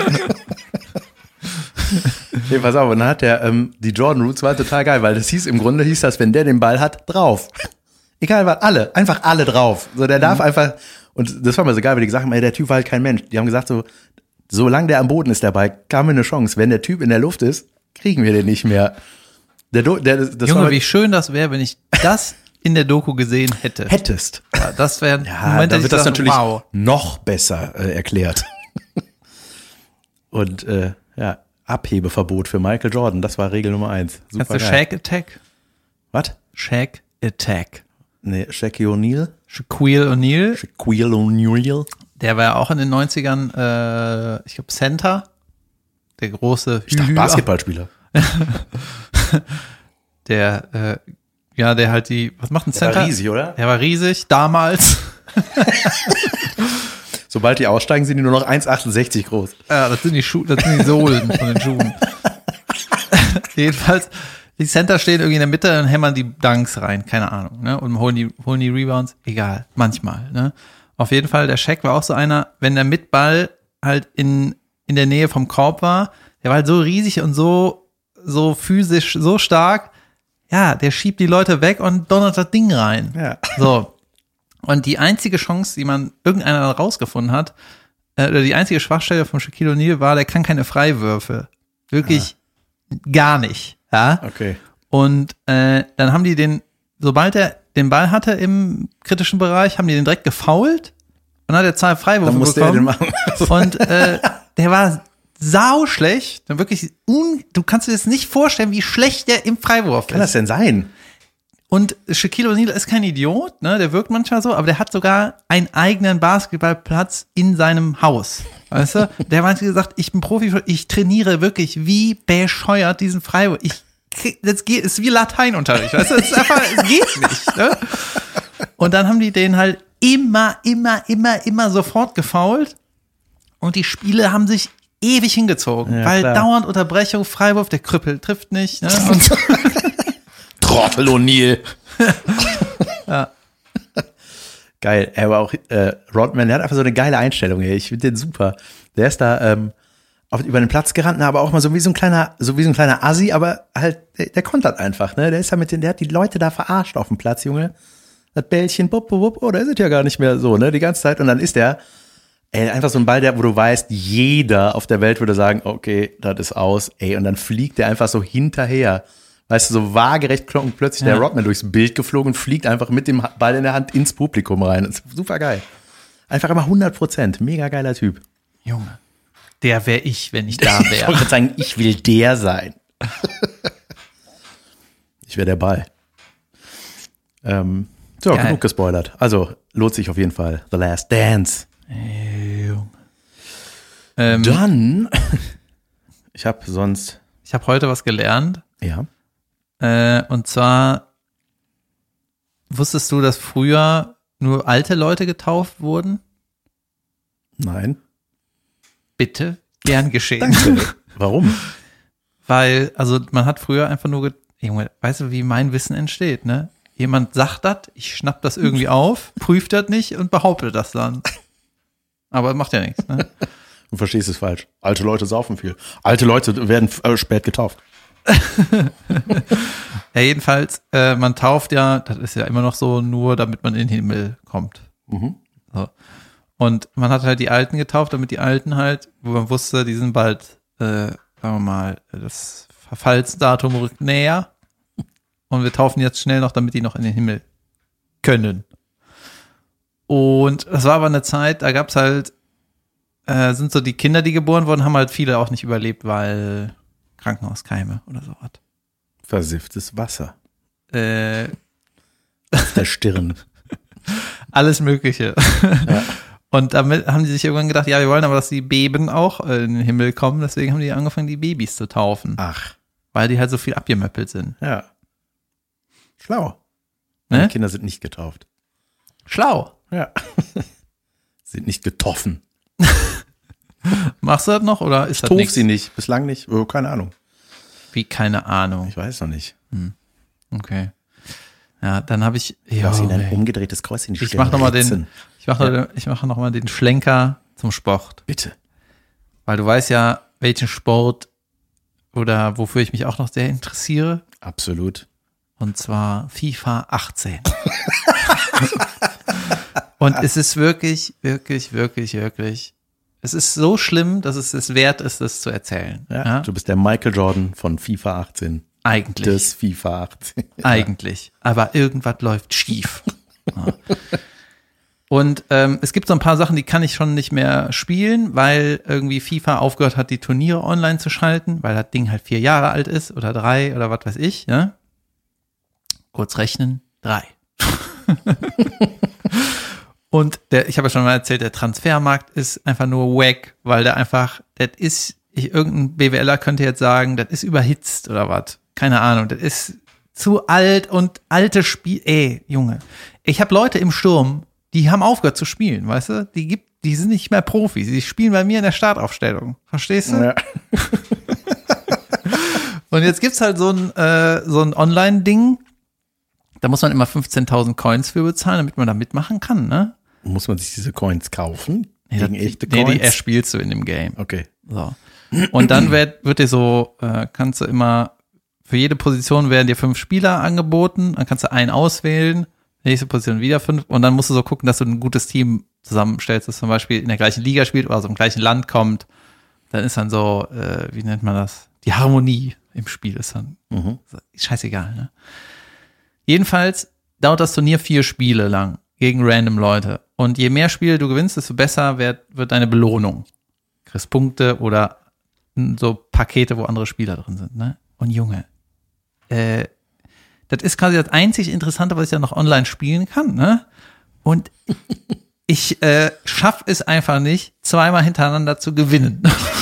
[SPEAKER 1] Nee, pass auf, und dann hat der, die Jordan Rules war total geil, weil das im Grunde hieß das, wenn der den Ball hat, drauf. Egal was, einfach alle drauf. So, der darf einfach, und das war mir so geil, weil die gesagt haben, ey, der Typ war halt kein Mensch. Die haben gesagt so, solange der am Boden ist dabei, haben wir eine Chance. Wenn der Typ in der Luft ist, kriegen wir den nicht mehr.
[SPEAKER 2] Junge, wie schön das wäre, wenn ich das in der Doku gesehen hätte.
[SPEAKER 1] Hättest.
[SPEAKER 2] Ja, das wäre
[SPEAKER 1] Moment, dann wird das natürlich noch besser erklärt. Und Abhebeverbot für Michael Jordan, das war Regel Nummer 1. Super
[SPEAKER 2] Kennst du Shaq Attack?
[SPEAKER 1] Was?
[SPEAKER 2] Shaq Attack.
[SPEAKER 1] Nee, Shaquille O'Neal.
[SPEAKER 2] Shaquille O'Neal.
[SPEAKER 1] Shaquille O'Neal.
[SPEAKER 2] Der war ja auch in den 90ern, ich glaube, Center. Der große
[SPEAKER 1] Ich dachte Basketballspieler.
[SPEAKER 2] der halt was macht ein Center?
[SPEAKER 1] Der war riesig, oder?
[SPEAKER 2] Der war riesig, damals.
[SPEAKER 1] Sobald die aussteigen, sind die nur noch 1,68 groß.
[SPEAKER 2] Ja, das sind die Sohlen von den Schuhen. Jedenfalls, die Center stehen irgendwie in der Mitte und hämmern die Dunks rein, keine Ahnung, ne? Und holen die Rebounds, egal, manchmal, ne? Auf jeden Fall, der Shaq war auch so einer, wenn der mit Ball halt in der Nähe vom Korb war, der war halt so riesig und so physisch, so stark, ja, der schiebt die Leute weg und donnert das Ding rein.
[SPEAKER 1] Ja.
[SPEAKER 2] So. Und die einzige Chance, die irgendeiner rausgefunden hat, oder die einzige Schwachstelle von Shaquille O'Neal war, der kann keine Freiwürfe. Wirklich gar nicht. Ja.
[SPEAKER 1] Okay.
[SPEAKER 2] Und dann haben die sobald er den Ball hatte im kritischen Bereich, haben die den direkt gefoult und dann hat er 2 Freiwürfe
[SPEAKER 1] Dann musste
[SPEAKER 2] bekommen.
[SPEAKER 1] er den machen.
[SPEAKER 2] Und der war sauschlecht. Dann wirklich, du kannst dir das nicht vorstellen, wie schlecht der im Freiwurf
[SPEAKER 1] Kann das
[SPEAKER 2] ist.
[SPEAKER 1] denn sein?
[SPEAKER 2] Und Shaquille O'Neal ist kein Idiot, ne? Der wirkt manchmal so, aber der hat sogar einen eigenen Basketballplatz in seinem Haus. Weißt du? Der hat gesagt, ich bin Profi, ich trainiere wirklich wie bescheuert diesen Freiwurf. Das ist wie Lateinunterricht, weißt du? Es geht nicht, ne? Und dann haben die den halt immer sofort gefoult und die Spiele haben sich ewig hingezogen,
[SPEAKER 1] Ja,
[SPEAKER 2] weil
[SPEAKER 1] klar.
[SPEAKER 2] dauernd Unterbrechung, Freiwurf, der Krüppel trifft nicht, ne? Und
[SPEAKER 1] Trottel O'Neal.
[SPEAKER 2] ja.
[SPEAKER 1] Geil. Aber auch Rodman, der hat einfach so eine geile Einstellung, ey. Ich finde den super. Der ist da über den Platz gerannt, aber auch mal so wie so ein kleiner Assi, aber halt, der kontert einfach, ne? Der ist ja der hat die Leute da verarscht auf dem Platz, Junge. Das Bällchen, bupp, der ist ja gar nicht mehr so, ne? Die ganze Zeit. Und dann ist der einfach so ein Ball, wo du weißt, jeder auf der Welt würde sagen, okay, das ist aus, ey. Und dann fliegt der einfach so hinterher. Weißt du, so waagerecht und plötzlich der Rodman durchs Bild geflogen und fliegt einfach mit dem Ball in der Hand ins Publikum rein. Das ist super geil. Einfach immer 100%. Mega geiler Typ.
[SPEAKER 2] Junge, der wäre ich, wenn ich da
[SPEAKER 1] Ich wollte
[SPEAKER 2] wäre.
[SPEAKER 1] gerade sagen, ich will der sein. Ich wäre der Ball. So,
[SPEAKER 2] Geil.
[SPEAKER 1] genug gespoilert. Also, lohnt sich auf jeden Fall. The Last Dance. Dann, ich habe
[SPEAKER 2] heute was gelernt.
[SPEAKER 1] ja,
[SPEAKER 2] Und zwar, wusstest du, dass früher nur alte Leute getauft wurden?
[SPEAKER 1] nein.
[SPEAKER 2] Bitte, gern geschehen.
[SPEAKER 1] Danke. Warum?
[SPEAKER 2] Weil, also man hat früher einfach nur, Junge, weißt du, wie mein Wissen entsteht, ne? Jemand sagt das, ich schnapp das irgendwie auf, prüft das nicht und behauptet das dann. Aber macht ja nichts, ne?
[SPEAKER 1] Du verstehst es falsch. Alte Leute saufen viel. Alte Leute werden spät getauft.
[SPEAKER 2] Ja, jedenfalls, man tauft ja, das ist ja immer noch so, nur damit man in den Himmel kommt. So. Und man hat halt die Alten getauft, damit die Alten halt, wo man wusste, die sind bald, sagen wir mal, das Verfallsdatum rückt näher. Und wir taufen jetzt schnell noch, damit die noch in den Himmel können. Und das war aber eine Zeit, da gab's halt, sind so die Kinder, die geboren wurden, haben halt viele auch nicht überlebt, weil Krankenhauskeime oder sowas.
[SPEAKER 1] Versifftes Wasser.
[SPEAKER 2] Äh,
[SPEAKER 1] Auf der Stirn.
[SPEAKER 2] alles Mögliche.
[SPEAKER 1] Ja.
[SPEAKER 2] Und damit haben die sich irgendwann gedacht, ja, wir wollen aber, dass die Beben auch in den Himmel kommen. Deswegen haben die angefangen, die Babys zu taufen.
[SPEAKER 1] Ach,
[SPEAKER 2] Weil die halt so viel abgemöppelt sind.
[SPEAKER 1] ja. Schlau.
[SPEAKER 2] Ne?
[SPEAKER 1] Meine Kinder sind nicht getauft.
[SPEAKER 2] Schlau.
[SPEAKER 1] Ja. Sind nicht getoffen.
[SPEAKER 2] Machst du das noch oder ist das
[SPEAKER 1] Tof
[SPEAKER 2] nichts?
[SPEAKER 1] sie nicht. Bislang nicht. Oh, keine Ahnung.
[SPEAKER 2] Wie, keine Ahnung.
[SPEAKER 1] Ich weiß noch nicht.
[SPEAKER 2] Okay. Ja, dann habe ich,
[SPEAKER 1] Lass ihn ein
[SPEAKER 2] ey.
[SPEAKER 1] umgedrehtes Kreuz in die
[SPEAKER 2] Ich
[SPEAKER 1] Stirn
[SPEAKER 2] mach noch mal
[SPEAKER 1] ritzen.
[SPEAKER 2] ich mache noch mal den Schlenker zum Sport.
[SPEAKER 1] Bitte.
[SPEAKER 2] Weil du weißt ja, welchen Sport oder wofür ich mich auch noch sehr interessiere.
[SPEAKER 1] Absolut.
[SPEAKER 2] Und zwar FIFA 18. Und es ist wirklich, wirklich, wirklich, wirklich. Es ist so schlimm, dass es es wert ist, das zu erzählen.
[SPEAKER 1] Ja,
[SPEAKER 2] Ja?
[SPEAKER 1] Du bist der Michael Jordan von FIFA 18.
[SPEAKER 2] Eigentlich.
[SPEAKER 1] Des FIFA 18.
[SPEAKER 2] Eigentlich. Aber irgendwas läuft schief. Ja. Und es gibt so ein paar Sachen, die kann ich schon nicht mehr spielen, weil irgendwie FIFA aufgehört hat, die Turniere online zu schalten, weil das Ding halt 4 Jahre alt ist oder 3 oder was weiß ich. Ja? Kurz rechnen, 3. Und ich habe ja schon mal erzählt, der Transfermarkt ist einfach nur wack, weil der einfach, irgendein BWLer könnte jetzt sagen, das ist überhitzt oder was. Keine Ahnung, das ist zu alt und alte Spiel. Ey, Junge, ich habe Leute im Sturm, die haben aufgehört zu spielen, weißt du? Die sind nicht mehr Profis, die spielen bei mir in der Startaufstellung. Verstehst du?
[SPEAKER 1] Ja.
[SPEAKER 2] Und jetzt gibt's halt so ein Online-Ding, da muss man immer 15.000 Coins für bezahlen, damit man da mitmachen kann, ne?
[SPEAKER 1] Muss man sich diese Coins kaufen?
[SPEAKER 2] Nee,
[SPEAKER 1] Gegen echte Coins?
[SPEAKER 2] die erspielst du in dem Game.
[SPEAKER 1] Okay.
[SPEAKER 2] So. Und dann wird dir so, kannst du immer, für jede Position werden dir 5 Spieler angeboten, dann kannst du einen auswählen, nächste Position wieder 5 und dann musst du so gucken, dass du ein gutes Team zusammenstellst, das zum Beispiel in der gleichen Liga spielt oder aus dem gleichen Land kommt. Dann ist dann so, wie nennt man das? Die Harmonie im Spiel ist dann scheißegal, ne? Jedenfalls dauert das Turnier 4 Spiele lang gegen random Leute. Und je mehr Spiele du gewinnst, desto besser wird deine Belohnung. Du kriegst Punkte oder so Pakete, wo andere Spieler drin sind, ne? Und Junge, das ist quasi das einzig Interessante, was ich ja noch online spielen kann, ne? Und ich schaffe es einfach nicht, 2-mal hintereinander zu gewinnen.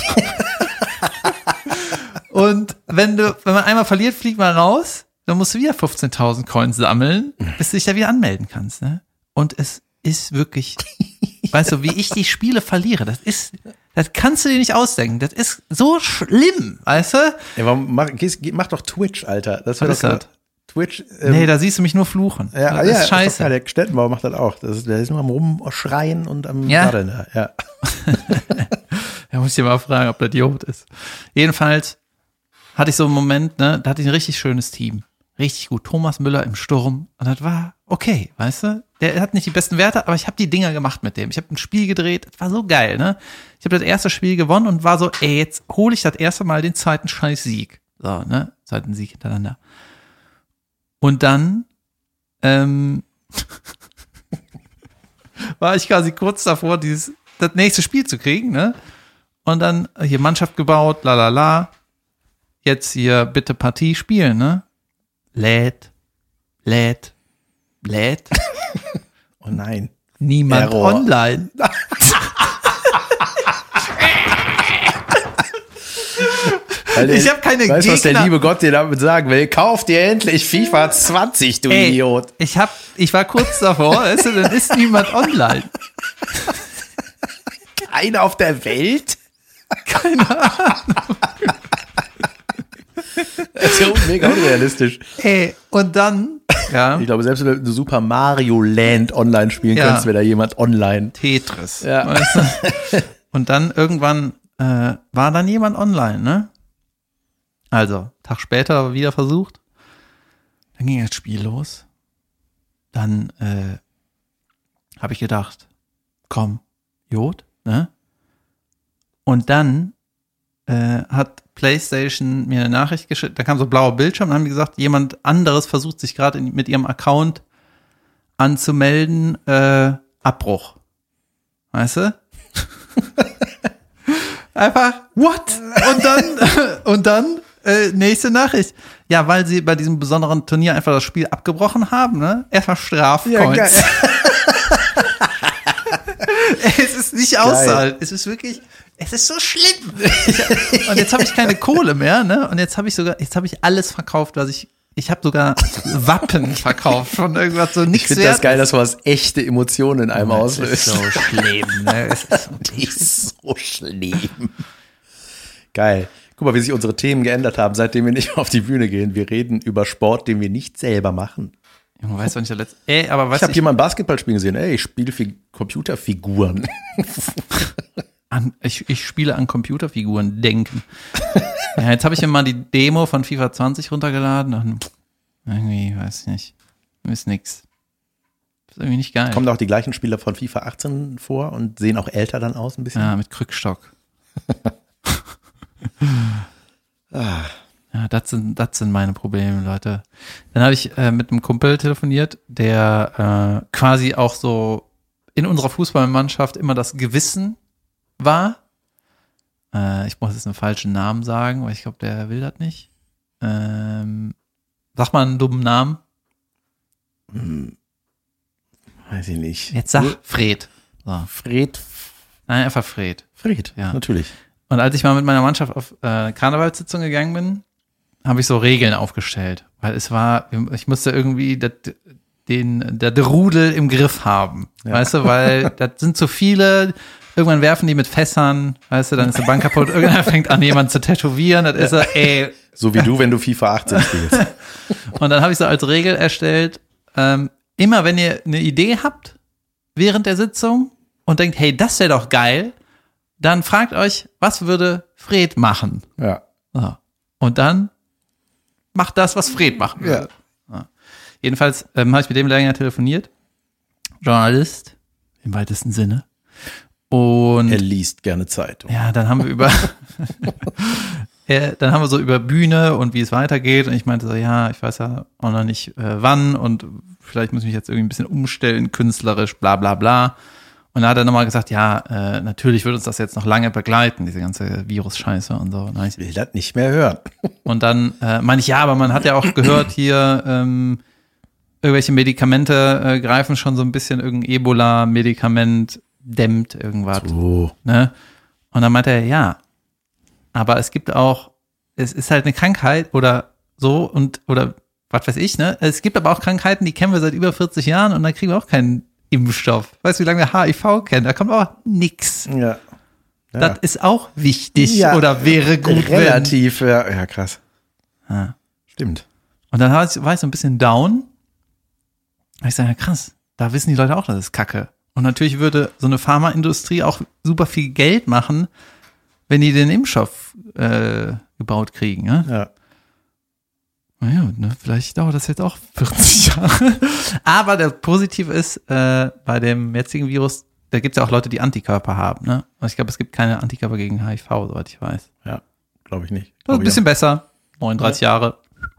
[SPEAKER 2] Und wenn man einmal verliert, fliegt man raus, dann musst du wieder 15.000 Coins sammeln, bis du dich da wieder anmelden kannst, ne? Und es ist wirklich, weißt du, wie ich die Spiele verliere, das kannst du dir nicht ausdenken. Das ist so schlimm, weißt du?
[SPEAKER 1] Ja, warum mach doch Twitch, Alter. Das
[SPEAKER 2] Was ist das?
[SPEAKER 1] Twitch.
[SPEAKER 2] Nee, da siehst du mich nur fluchen.
[SPEAKER 1] Ja,
[SPEAKER 2] das ist scheiße.
[SPEAKER 1] Ja, der Stettenbauer macht das auch. Der ist nur am Rumschreien und am Daddeln da. Ja.
[SPEAKER 2] Da muss ich dir mal fragen, ob der Idiot ist. Jedenfalls hatte ich so einen Moment, ne, da hatte ich ein richtig schönes Team. Richtig gut. Thomas Müller im Sturm. Und das war okay, weißt du? Der hat nicht die besten Werte, aber ich habe die Dinger gemacht mit dem. Ich habe ein Spiel gedreht. Das war so geil, ne? Ich habe das erste Spiel gewonnen und war so, jetzt hole ich das erste Mal den zweiten scheiß Sieg. So, ne? Zweiten Sieg hintereinander. Und dann war ich quasi kurz davor, das nächste Spiel zu kriegen, ne? Und dann hier Mannschaft gebaut, lalala. Jetzt hier bitte Partie spielen, ne? Lädt.
[SPEAKER 1] Oh nein.
[SPEAKER 2] Niemand
[SPEAKER 1] Error.
[SPEAKER 2] online. Ich habe keine
[SPEAKER 1] Weißt du, was der
[SPEAKER 2] Gegner.
[SPEAKER 1] liebe Gott dir damit sagen will? Kauf dir endlich FIFA 20, du Idiot.
[SPEAKER 2] Ich war kurz davor, weißt du, dann ist niemand online.
[SPEAKER 1] Keiner auf der Welt?
[SPEAKER 2] Keine Ahnung.
[SPEAKER 1] Das ist ja mega unrealistisch.
[SPEAKER 2] Und dann, ja,
[SPEAKER 1] Ich glaube, selbst wenn du Super Mario Land online spielen
[SPEAKER 2] Ja.
[SPEAKER 1] könntest, wäre da jemand online.
[SPEAKER 2] Tetris.
[SPEAKER 1] Ja.
[SPEAKER 2] Weißt du? Und dann irgendwann war dann jemand online, ne? Also, Tag später wieder versucht. Dann ging das Spiel los. Dann habe ich gedacht, komm, Jod, ne? Und dann hat PlayStation mir eine Nachricht geschickt, da kam so ein blauer Bildschirm und haben die gesagt, jemand anderes versucht sich gerade mit ihrem Account anzumelden, Abbruch. Weißt du? Einfach, what? Und dann nächste Nachricht. Ja, weil sie bei diesem besonderen Turnier einfach das Spiel abgebrochen haben, ne? Erstmal Strafcoins.
[SPEAKER 1] Ja,
[SPEAKER 2] Es ist nicht auszuhalten. Es ist wirklich, es ist so schlimm. Und jetzt habe ich keine Kohle mehr, ne? Und jetzt habe ich alles verkauft, was ich habe sogar Wappen verkauft von irgendwas so nichts
[SPEAKER 1] Ich finde das geil, dass was echte Emotionen in einem auslöst.
[SPEAKER 2] Es ist so schlimm, ne? Es ist
[SPEAKER 1] Das ist so schlimm. Geil. Guck mal, wie sich unsere Themen geändert haben, seitdem wir nicht auf die Bühne gehen. Wir reden über Sport, den wir nicht selber machen.
[SPEAKER 2] Junge, weißt du, wann ich der letzte. Aber weißt
[SPEAKER 1] Ich habe jemanden Basketball spielen gesehen. Ich spiele Computerfiguren.
[SPEAKER 2] Ich spiele an Computerfiguren denken. Ja, jetzt habe ich mir mal die Demo von FIFA 20 runtergeladen und irgendwie, weiß ich nicht, ist nix. Ist irgendwie nicht geil.
[SPEAKER 1] Kommen auch die gleichen Spieler von FIFA 18 vor und sehen auch älter dann aus ein bisschen.
[SPEAKER 2] Ja, mit Krückstock. Ja, das sind meine Probleme, Leute. Dann habe ich mit einem Kumpel telefoniert, der quasi auch so in unserer Fußballmannschaft immer das Gewissen war. Ich muss jetzt einen falschen Namen sagen, weil ich glaube, der will das nicht. Sag mal einen dummen Namen.
[SPEAKER 1] Weiß ich nicht.
[SPEAKER 2] Jetzt sag Fred. So.
[SPEAKER 1] Fred.
[SPEAKER 2] Nein, einfach Fred.
[SPEAKER 1] Fred,
[SPEAKER 2] Ja.
[SPEAKER 1] natürlich.
[SPEAKER 2] Und als ich mal mit meiner Mannschaft auf Karnevalssitzung gegangen bin, habe ich so Regeln aufgestellt. Weil ich musste irgendwie der Rudel im Griff haben.
[SPEAKER 1] Ja.
[SPEAKER 2] Weißt du, weil das sind zu viele. Irgendwann werfen die mit Fässern, weißt du, dann ist die Bank kaputt. Irgendwann fängt an, jemanden zu tätowieren. Das ist so,
[SPEAKER 1] So wie du, wenn du FIFA 18 spielst.
[SPEAKER 2] Und dann habe ich so als Regel erstellt, immer wenn ihr eine Idee habt während der Sitzung und denkt, hey, das wäre doch geil, dann fragt euch, was würde Fred machen?
[SPEAKER 1] Ja.
[SPEAKER 2] So. Und dann macht das, was Fred machen würde. Ja. Jedenfalls habe ich mit dem länger telefoniert. Journalist im weitesten Sinne. Und
[SPEAKER 1] Er liest gerne Zeitung.
[SPEAKER 2] ja, dann haben wir so über Bühne und wie es weitergeht. Und ich meinte so, ja, ich weiß ja auch noch nicht wann und vielleicht muss ich mich jetzt irgendwie ein bisschen umstellen, künstlerisch, bla bla bla. Und da hat er nochmal gesagt, ja, natürlich wird uns das jetzt noch lange begleiten, diese ganze Virus-Scheiße und so. Und
[SPEAKER 1] Ich will das nicht mehr hören.
[SPEAKER 2] Und dann meine ich, ja, aber man hat ja auch gehört hier, irgendwelche Medikamente greifen schon so ein bisschen, irgendein Ebola-Medikament dämmt irgendwas.
[SPEAKER 1] Oh.
[SPEAKER 2] Ne? Und dann meinte er, ja, aber es gibt auch, es ist halt eine Krankheit oder so oder was weiß ich, ne? Es gibt aber auch Krankheiten, die kennen wir seit über 40 Jahren und dann kriegen wir auch keinen Impfstoff. Weißt du, wie lange wir HIV kennen? Da kommt auch nix.
[SPEAKER 1] Ja.
[SPEAKER 2] Das ist auch wichtig
[SPEAKER 1] Ja,
[SPEAKER 2] oder wäre gut,
[SPEAKER 1] relativ, ja, krass.
[SPEAKER 2] Ja.
[SPEAKER 1] Stimmt.
[SPEAKER 2] Und dann war ich so ein bisschen down. Und ich sage, ja krass, da wissen die Leute auch, das ist Kacke. Und natürlich würde so eine Pharmaindustrie auch super viel Geld machen, wenn die den Impfstoff gebaut kriegen. Ne?
[SPEAKER 1] Ja.
[SPEAKER 2] Naja, ne, vielleicht dauert das jetzt auch 40 Jahre. Aber der Positive ist, bei dem jetzigen Virus, da gibt es ja auch Leute, die Antikörper haben. Ne? Also ich glaube, es gibt keine Antikörper gegen HIV, soweit ich weiß.
[SPEAKER 1] Ja, glaube ich nicht.
[SPEAKER 2] Das ist ein bisschen besser. 39 Jahre.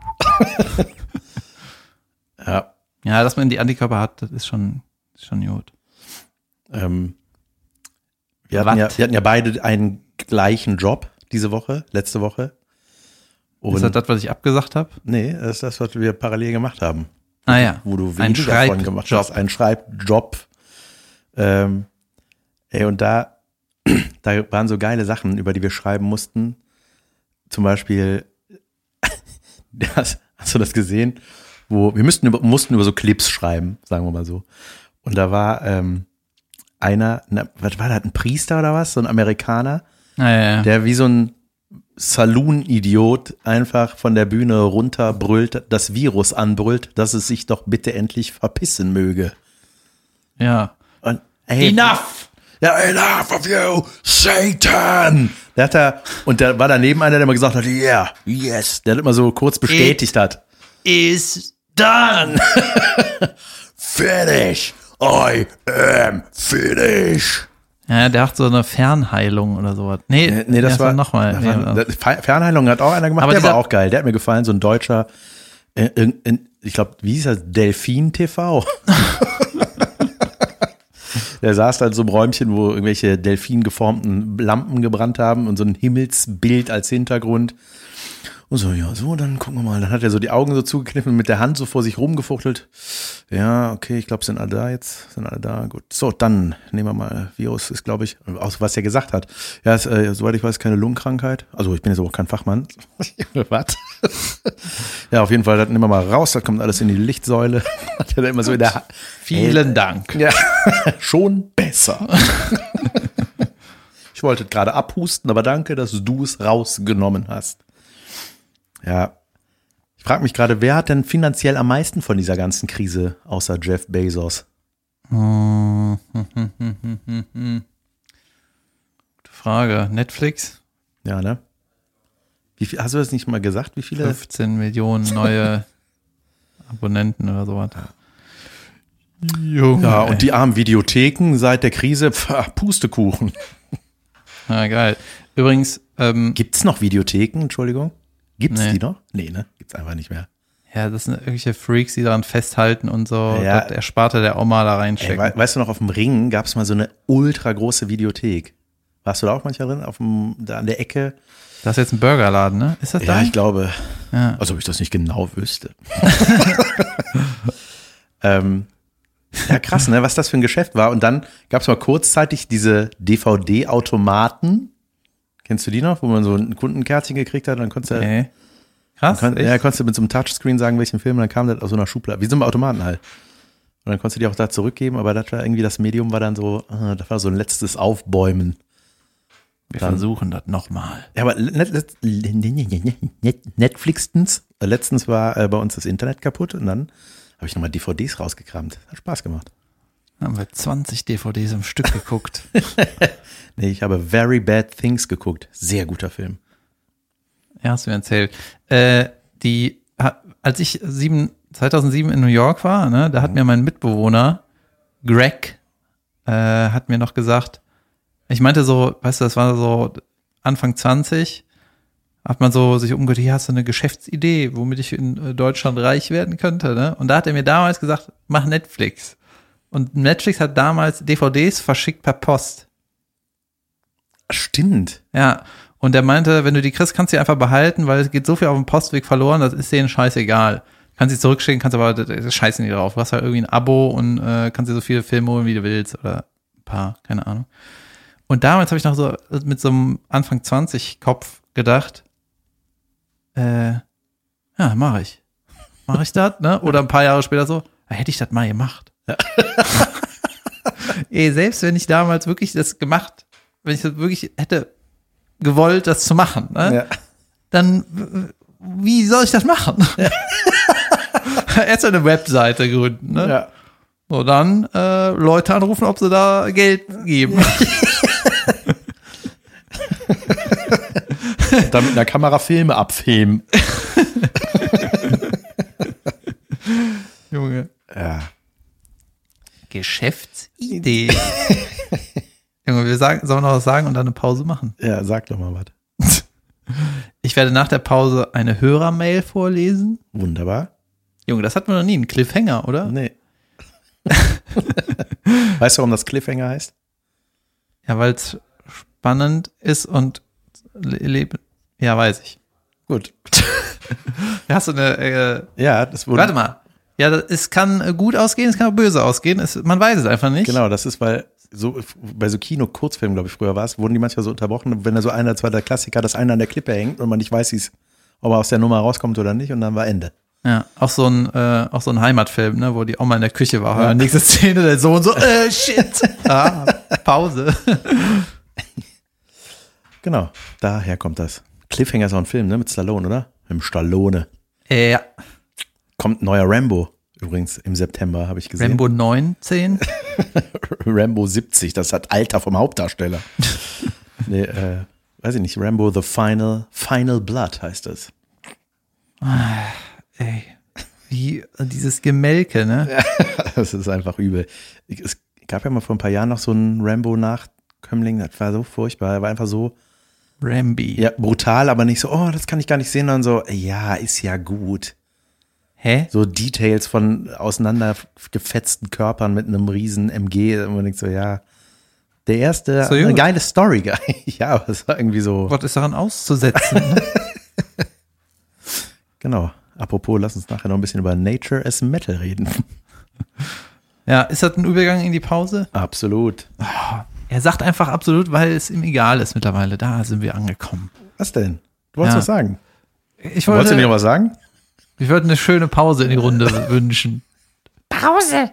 [SPEAKER 1] Ja.
[SPEAKER 2] Ja, dass man die Antikörper hat, das ist schon gut.
[SPEAKER 1] Wir hatten ja beide einen gleichen Job letzte Woche. Und
[SPEAKER 2] Ist das das, was ich abgesagt habe?
[SPEAKER 1] nee, das ist das, was wir parallel gemacht haben.
[SPEAKER 2] Ah ja.
[SPEAKER 1] Wo du
[SPEAKER 2] Ein
[SPEAKER 1] weniger davon gemacht hast. Ein Schreibjob. Und da waren so geile Sachen, über die wir schreiben mussten. Zum Beispiel, hast du das gesehen? Wir mussten über so Clips schreiben, sagen wir mal so. Und da war was war das, ein Priester oder was? So ein Amerikaner,
[SPEAKER 2] Ja.
[SPEAKER 1] der wie so ein Saloon-Idiot einfach von der Bühne runterbrüllt, das Virus anbrüllt, dass es sich doch bitte endlich verpissen möge.
[SPEAKER 2] Ja.
[SPEAKER 1] Und, ey,
[SPEAKER 2] Enough!
[SPEAKER 1] Ja, enough of you, Satan! Da war daneben einer, der immer gesagt hat, yeah, yes. Der hat immer so kurz bestätigt hat.
[SPEAKER 2] Is done!
[SPEAKER 1] Finish! I am finish!
[SPEAKER 2] Ja, der hat so eine Fernheilung oder sowas. Nee,
[SPEAKER 1] das war
[SPEAKER 2] nochmal.
[SPEAKER 1] Fernheilung hat auch einer gemacht,
[SPEAKER 2] Aber
[SPEAKER 1] der war auch geil. Der hat mir gefallen, so ein deutscher, ich glaube, wie hieß das? Delfin TV. Der saß dann in so einem Räumchen, wo irgendwelche delfingeformten Lampen gebrannt haben und so ein Himmelsbild als Hintergrund. Und so, ja, so, dann gucken wir mal. Dann hat er so die Augen so zugekniffen und mit der Hand so vor sich rumgefuchtelt. Ja, okay, ich glaube, sind alle da jetzt. Sind alle da, gut. So, dann nehmen wir mal. Virus ist, glaube ich, auch was er gesagt hat. Ja, ist, soweit ich weiß, keine Lungenkrankheit. Also ich bin jetzt aber auch kein Fachmann. Was? Ja, auf jeden Fall, das nehmen wir mal raus. Das kommt alles in die Lichtsäule. Hat er da immer so in der Hand.
[SPEAKER 2] Vielen Dank.
[SPEAKER 1] Ja, schon besser. Ich wollte gerade abhusten, aber danke, dass du es rausgenommen hast. Ja, ich frage mich gerade, wer hat denn finanziell am meisten von dieser ganzen Krise, außer Jeff Bezos?
[SPEAKER 2] Gute Frage. Netflix?
[SPEAKER 1] Ja, ne? Wie viel, hast du das nicht mal gesagt, wie viele?
[SPEAKER 2] 15 Millionen neue Abonnenten oder sowas. Junge,
[SPEAKER 1] Ja, und die armen Videotheken seit der Krise, Pustekuchen.
[SPEAKER 2] Ja, geil. Übrigens,
[SPEAKER 1] Gibt's noch Videotheken, Entschuldigung? Gibt's
[SPEAKER 2] Nee.
[SPEAKER 1] die noch? Nee, ne? Gibt's einfach nicht mehr.
[SPEAKER 2] ja, das sind irgendwelche Freaks, die daran festhalten und so
[SPEAKER 1] Ja.
[SPEAKER 2] das Ersparte der Oma da
[SPEAKER 1] Ey,
[SPEAKER 2] reinstecken.
[SPEAKER 1] weißt du noch, auf dem Ring gab's mal so eine ultra große Videothek. Warst du da auch manchmal drin? Da an der Ecke?
[SPEAKER 2] Das ist jetzt ein Burgerladen, ne? Ist das da?
[SPEAKER 1] Ja, ich glaube.
[SPEAKER 2] Ja.
[SPEAKER 1] Also, ob ich das nicht genau wüsste. Ja, krass, ne, was das für ein Geschäft war. Und dann gab es mal kurzzeitig diese DVD-Automaten. Kennst du die noch, wo man so ein Kundenkärtchen gekriegt hat? Und dann konntest du,
[SPEAKER 2] Okay. Krass, echt?
[SPEAKER 1] konntest du mit so einem Touchscreen sagen, welchen Film, und dann kam das aus so einer Schublade, wie so einem Automaten halt. Und dann konntest du die auch da zurückgeben, aber das war irgendwie, das Medium war dann so, das war so ein letztes Aufbäumen.
[SPEAKER 2] Wir versuchen das nochmal.
[SPEAKER 1] Ja, aber letztens war bei uns das Internet kaputt und dann habe ich nochmal DVDs rausgekramt. Hat Spaß gemacht.
[SPEAKER 2] Haben wir 20 DVDs im Stück geguckt.
[SPEAKER 1] Nee, ich habe Very Bad Things geguckt. Sehr guter Film.
[SPEAKER 2] Ja, hast du mir erzählt. Als ich 17 2007 in New York war, ne, da hat mir mein Mitbewohner, Greg, hat mir noch gesagt, ich meinte so, weißt du, das war so Anfang 20, hat man so sich umgehört, hier hast du eine Geschäftsidee, womit ich in Deutschland reich werden könnte, ne? Und da hat er mir damals gesagt, mach Netflix. Und Netflix hat damals DVDs verschickt per Post.
[SPEAKER 1] Stimmt.
[SPEAKER 2] Ja, und er meinte, wenn du die kriegst, kannst du die einfach behalten, weil es geht so viel auf dem Postweg verloren, das ist denen scheißegal. Kannst sie zurückschicken, kannst aber, das scheißen die drauf. Du hast halt irgendwie ein Abo und kannst dir so viele Filme holen, wie du willst oder ein paar, keine Ahnung. Und damals habe ich noch so mit so einem Anfang 20 Kopf gedacht, ja, mache ich. Mache ich das, ne? Oder ein paar Jahre später so, hätte ich das mal gemacht. Ja. Selbst wenn ich damals wirklich das gemacht, wenn ich das wirklich hätte gewollt, das zu machen, ne? Ja. Dann, wie soll ich das machen? Ja. Erst eine Webseite gründen, ne? Ja. So, dann Leute anrufen, ob sie da Geld geben.
[SPEAKER 1] Dann mit einer Kamera Filme abfilmen.
[SPEAKER 2] Junge.
[SPEAKER 1] Ja.
[SPEAKER 2] Geschäftsidee. Junge, sollen wir noch was sagen und dann eine Pause machen?
[SPEAKER 1] Ja, sag doch mal was.
[SPEAKER 2] Ich werde nach der Pause eine Hörermail vorlesen.
[SPEAKER 1] Wunderbar.
[SPEAKER 2] Junge, das hatten wir noch nie, ein Cliffhanger, oder?
[SPEAKER 1] Nee. Weißt du, warum das Cliffhanger heißt?
[SPEAKER 2] Ja, weil es spannend ist und ja, weiß ich.
[SPEAKER 1] Gut.
[SPEAKER 2] Hast du eine
[SPEAKER 1] ja, das wurde.
[SPEAKER 2] Warte mal. Ja, es kann gut ausgehen, es kann auch böse ausgehen. Man weiß es einfach nicht.
[SPEAKER 1] Genau, das ist, weil so bei so Kino-Kurzfilmen, glaube ich, früher war es, wurden die manchmal so unterbrochen, wenn da so einer, zwei der Klassiker, dass einer an der Klippe hängt und man nicht weiß, ob er aus der Nummer rauskommt oder nicht und dann war Ende.
[SPEAKER 2] Ja, auch so ein Heimatfilm, ne, wo die Oma in der Küche war. Ja. Nächste Szene, der Sohn so, shit. Pause.
[SPEAKER 1] Genau, daher kommt das. Cliffhanger ist auch ein Film, ne, mit Stallone, oder? Mit dem Stallone.
[SPEAKER 2] Ja.
[SPEAKER 1] Kommt ein neuer Rambo, übrigens, im September, habe ich gesehen.
[SPEAKER 2] Rambo 19?
[SPEAKER 1] Rambo 70, das hat Alter vom Hauptdarsteller. Nee, weiß ich nicht, Rambo The Final Blood heißt das.
[SPEAKER 2] Ey, wie dieses Gemelke, ne?
[SPEAKER 1] Ja, das ist einfach übel. Es gab ja mal vor ein paar Jahren noch so einen Rambo-Nachkömmling, das war so furchtbar, er war einfach so
[SPEAKER 2] Rambi.
[SPEAKER 1] Ja, brutal, aber nicht so, oh, das kann ich gar nicht sehen, sondern so, ja, ist ja gut.
[SPEAKER 2] Hä?
[SPEAKER 1] So Details von auseinandergefetzten Körpern mit einem riesen MG, und man denkt so, ja, der erste,
[SPEAKER 2] so
[SPEAKER 1] eine geile Story, ja, aber es war irgendwie so.
[SPEAKER 2] Was ist daran auszusetzen?
[SPEAKER 1] Genau. Apropos, lass uns nachher noch ein bisschen über Nature as Metal reden.
[SPEAKER 2] Ja, ist das ein Übergang in die Pause?
[SPEAKER 1] Absolut.
[SPEAKER 2] Oh, er sagt einfach absolut, weil es ihm egal ist mittlerweile. Da sind wir angekommen.
[SPEAKER 1] Was denn? Du wolltest was sagen?
[SPEAKER 2] Wolltest
[SPEAKER 1] du nicht noch was sagen?
[SPEAKER 2] Ich würde eine schöne Pause in die Runde wünschen.
[SPEAKER 3] Pause!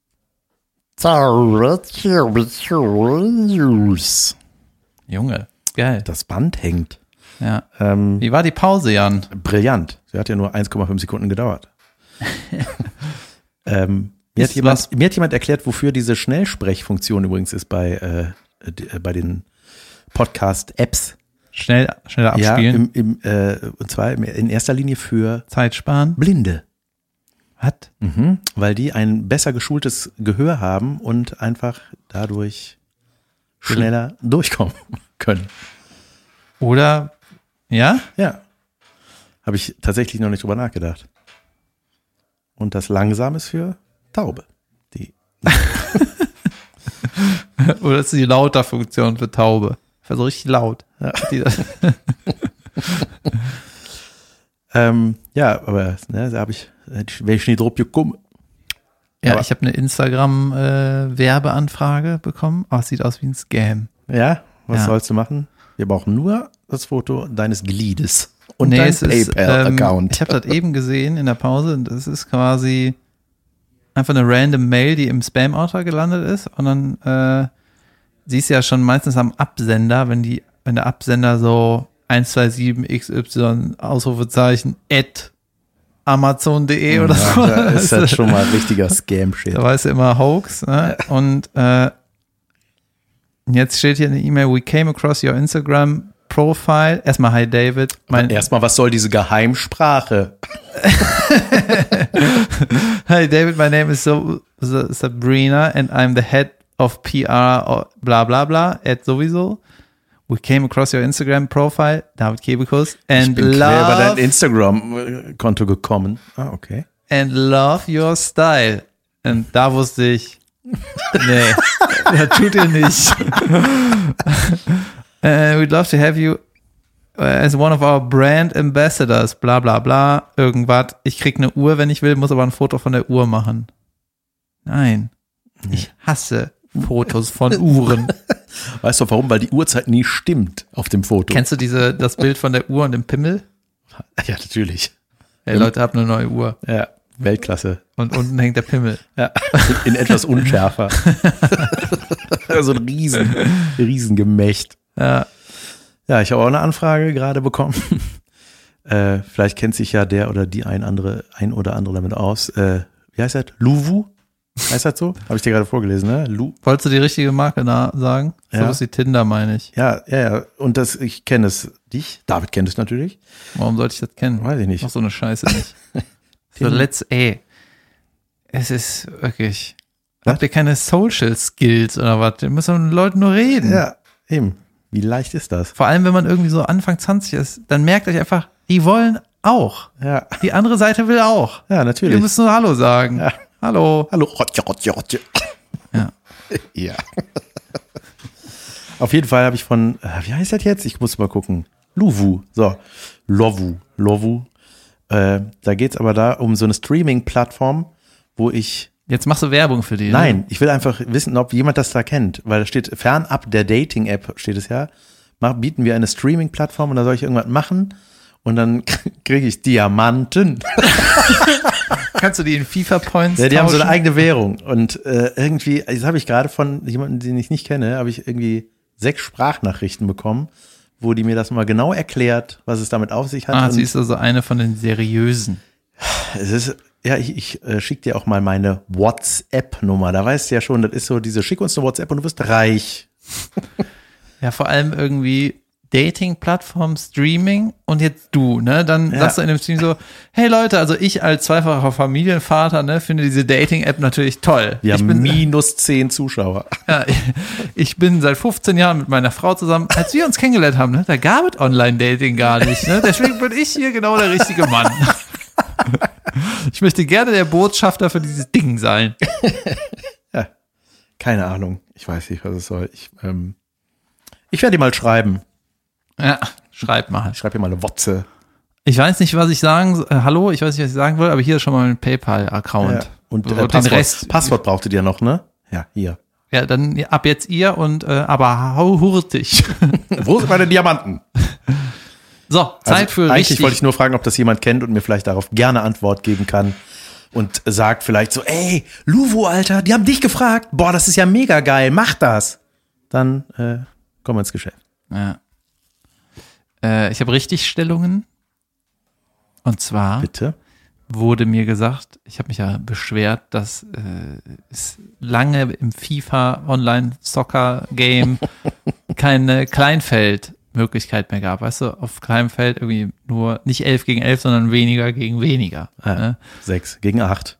[SPEAKER 2] Junge, geil.
[SPEAKER 1] Das Band hängt.
[SPEAKER 2] Ja. Wie war die Pause, Jan?
[SPEAKER 1] Brillant. Sie hat ja nur 1,5 Sekunden gedauert. Mir hat jemand erklärt, wofür diese Schnellsprechfunktion übrigens ist bei den Podcast-Apps.
[SPEAKER 2] Schneller abspielen?
[SPEAKER 1] Ja, und zwar in erster Linie für
[SPEAKER 2] Zeitsparen.
[SPEAKER 1] Blinde.
[SPEAKER 2] Was?
[SPEAKER 1] Mhm, weil die ein besser geschultes Gehör haben und einfach dadurch schneller durchkommen können.
[SPEAKER 2] Oder, ja?
[SPEAKER 1] Ja. Habe ich tatsächlich noch nicht drüber nachgedacht. Und das langsam ist für Taube. Die
[SPEAKER 2] Oder ist die Lauter-Funktion für Taube? Also richtig laut.
[SPEAKER 1] Ja, ja, aber da wäre ich nie drauf gekommen.
[SPEAKER 2] Ja,
[SPEAKER 1] aber
[SPEAKER 2] ich habe eine Instagram-Werbeanfrage bekommen. Oh, es sieht aus wie ein Scam.
[SPEAKER 1] Ja, was sollst du machen? Wir brauchen nur das Foto deines Gliedes und dein
[SPEAKER 2] PayPal-Account. Ich habe das eben gesehen in der Pause. Das ist quasi einfach eine random Mail, die im Spam-Ordner gelandet ist. Und dann siehst du ja schon meistens am Absender, wenn der Absender so 127xy Ausrufezeichen @ Amazon.de oder so.
[SPEAKER 1] Da ist das schon mal ein richtiger Scam-Shit.
[SPEAKER 2] Da weißt du immer Hoax. Ne? Und jetzt steht hier in der E-Mail, we came across your Instagram Profile. Erstmal, hi David.
[SPEAKER 1] Erstmal, was soll diese Geheimsprache?
[SPEAKER 2] Hi David, my name is Sabrina and I'm the head of PR bla bla bla at sowieso. We came across your Instagram profile, David Kebekus, and
[SPEAKER 1] ich bin quer über dein Instagram-Konto gekommen. Ah, okay.
[SPEAKER 2] And love your style. Und da wusste ich, nee, das tut ihr nicht. We'd love to have you as one of our brand ambassadors, bla bla bla, irgendwas. Ich krieg eine Uhr, wenn ich will, muss aber ein Foto von der Uhr machen. Nein, ich hasse Fotos von Uhren.
[SPEAKER 1] Weißt du warum? Weil die Uhrzeit nie stimmt auf dem Foto.
[SPEAKER 2] Kennst du das Bild von der Uhr und dem Pimmel?
[SPEAKER 1] Ja, natürlich.
[SPEAKER 2] Hey Leute, habt eine neue Uhr.
[SPEAKER 1] Ja, Weltklasse.
[SPEAKER 2] Und unten hängt der Pimmel.
[SPEAKER 1] Ja, in etwas unschärfer. So ein Riesengemächt.
[SPEAKER 2] Ja.
[SPEAKER 1] Ja, ich habe auch eine Anfrage gerade bekommen. Vielleicht kennt sich ja der oder die ein oder andere damit aus. Wie heißt das? Luvu? Heißt das so? Habe ich dir gerade vorgelesen, ne?
[SPEAKER 2] Wolltest du die richtige Marke sagen?
[SPEAKER 1] Ja.
[SPEAKER 2] So ist die Tinder, meine ich.
[SPEAKER 1] Ja. Und ich kenne es. David kennt es natürlich.
[SPEAKER 2] Warum sollte ich das kennen?
[SPEAKER 1] Weiß ich nicht.
[SPEAKER 2] Mach so eine Scheiße nicht. So, es ist wirklich. Habt ihr keine Social Skills oder was? Ihr müsst mit den Leuten nur reden.
[SPEAKER 1] Ja, eben. Wie leicht ist das?
[SPEAKER 2] Vor allem, wenn man irgendwie so Anfang 20 ist, dann merkt euch einfach, die wollen auch.
[SPEAKER 1] Ja.
[SPEAKER 2] Die andere Seite will auch.
[SPEAKER 1] Ja, natürlich.
[SPEAKER 2] Ihr müsst nur Hallo sagen.
[SPEAKER 1] Ja.
[SPEAKER 2] Hallo.
[SPEAKER 1] Rotje.
[SPEAKER 2] Ja.
[SPEAKER 1] Ja. Auf jeden Fall habe ich von, wie heißt das jetzt? Ich muss mal gucken. Luvu. So. Lovu. Da geht's aber da um so eine Streaming-Plattform, wo ich.
[SPEAKER 2] Jetzt machst du Werbung für die.
[SPEAKER 1] Nein,
[SPEAKER 2] ne?
[SPEAKER 1] ich will einfach wissen, ob jemand das da kennt, weil da steht, fernab der Dating-App steht es ja, bieten wir eine Streaming-Plattform und da soll ich irgendwas machen und dann kriege ich Diamanten.
[SPEAKER 2] Kannst du die in FIFA-Points
[SPEAKER 1] Ja, die haben so eine
[SPEAKER 2] tauschen?
[SPEAKER 1] eigene Währung und irgendwie, das habe ich gerade von jemandem, den ich nicht kenne, habe ich irgendwie 6 Sprachnachrichten bekommen, wo die mir das mal genau erklärt, was es damit auf sich hat.
[SPEAKER 2] Sie ist also eine von den seriösen.
[SPEAKER 1] Es ist, ja, ich schicke dir auch mal meine WhatsApp-Nummer. Da weißt du ja schon, das ist so diese, schick uns eine WhatsApp und du wirst reich.
[SPEAKER 2] Ja, vor allem irgendwie Dating-Plattform, Streaming und jetzt du, ne? Dann sagst du in dem Stream so, hey Leute, also ich als zweifacher Familienvater, ne, finde diese Dating-App natürlich toll.
[SPEAKER 1] Wir haben minus 10 Zuschauer.
[SPEAKER 2] Ja, ich bin seit 15 Jahren mit meiner Frau zusammen. Als wir uns kennengelernt haben, ne, da gab es Online-Dating gar nicht, ne? Deswegen bin ich hier genau der richtige Mann. Ich möchte gerne der Botschafter für dieses Ding sein.
[SPEAKER 1] Ja, keine Ahnung. Ich weiß nicht, was es soll. Ich werde dir mal schreiben.
[SPEAKER 2] Ja, schreib mal.
[SPEAKER 1] Ich schreibe dir mal eine Wotze.
[SPEAKER 2] Ich weiß nicht, was ich sagen hallo, ich weiß nicht, was ich sagen will, aber hier ist schon mal mein PayPal-Account.
[SPEAKER 1] Ja. Und
[SPEAKER 2] den Rest.
[SPEAKER 1] Passwort brauchtet ihr noch, ne? Ja, hier.
[SPEAKER 2] Ja, dann ab jetzt ihr und aber hurtig.
[SPEAKER 1] Wo sind meine Diamanten?
[SPEAKER 2] So, Zeit
[SPEAKER 1] Also,
[SPEAKER 2] für
[SPEAKER 1] eigentlich
[SPEAKER 2] richtig.
[SPEAKER 1] wollte ich nur fragen, ob das jemand kennt und mir vielleicht darauf gerne Antwort geben kann und sagt vielleicht so, ey, Luvo, Alter, die haben dich gefragt. Boah, das ist ja mega geil, mach das. Dann kommen wir ins Geschäft.
[SPEAKER 2] Ja. Ich habe Richtigstellungen. Und zwar
[SPEAKER 1] Bitte?
[SPEAKER 2] wurde mir gesagt, ich habe mich ja beschwert, dass es lange im FIFA Online-Soccer-Game keine Kleinfeld-Möglichkeit mehr gab. Weißt du, auf kleinem Feld irgendwie nur nicht 11 gegen 11, sondern weniger gegen weniger.
[SPEAKER 1] Ja,
[SPEAKER 2] Ne?
[SPEAKER 1] 6 gegen 8.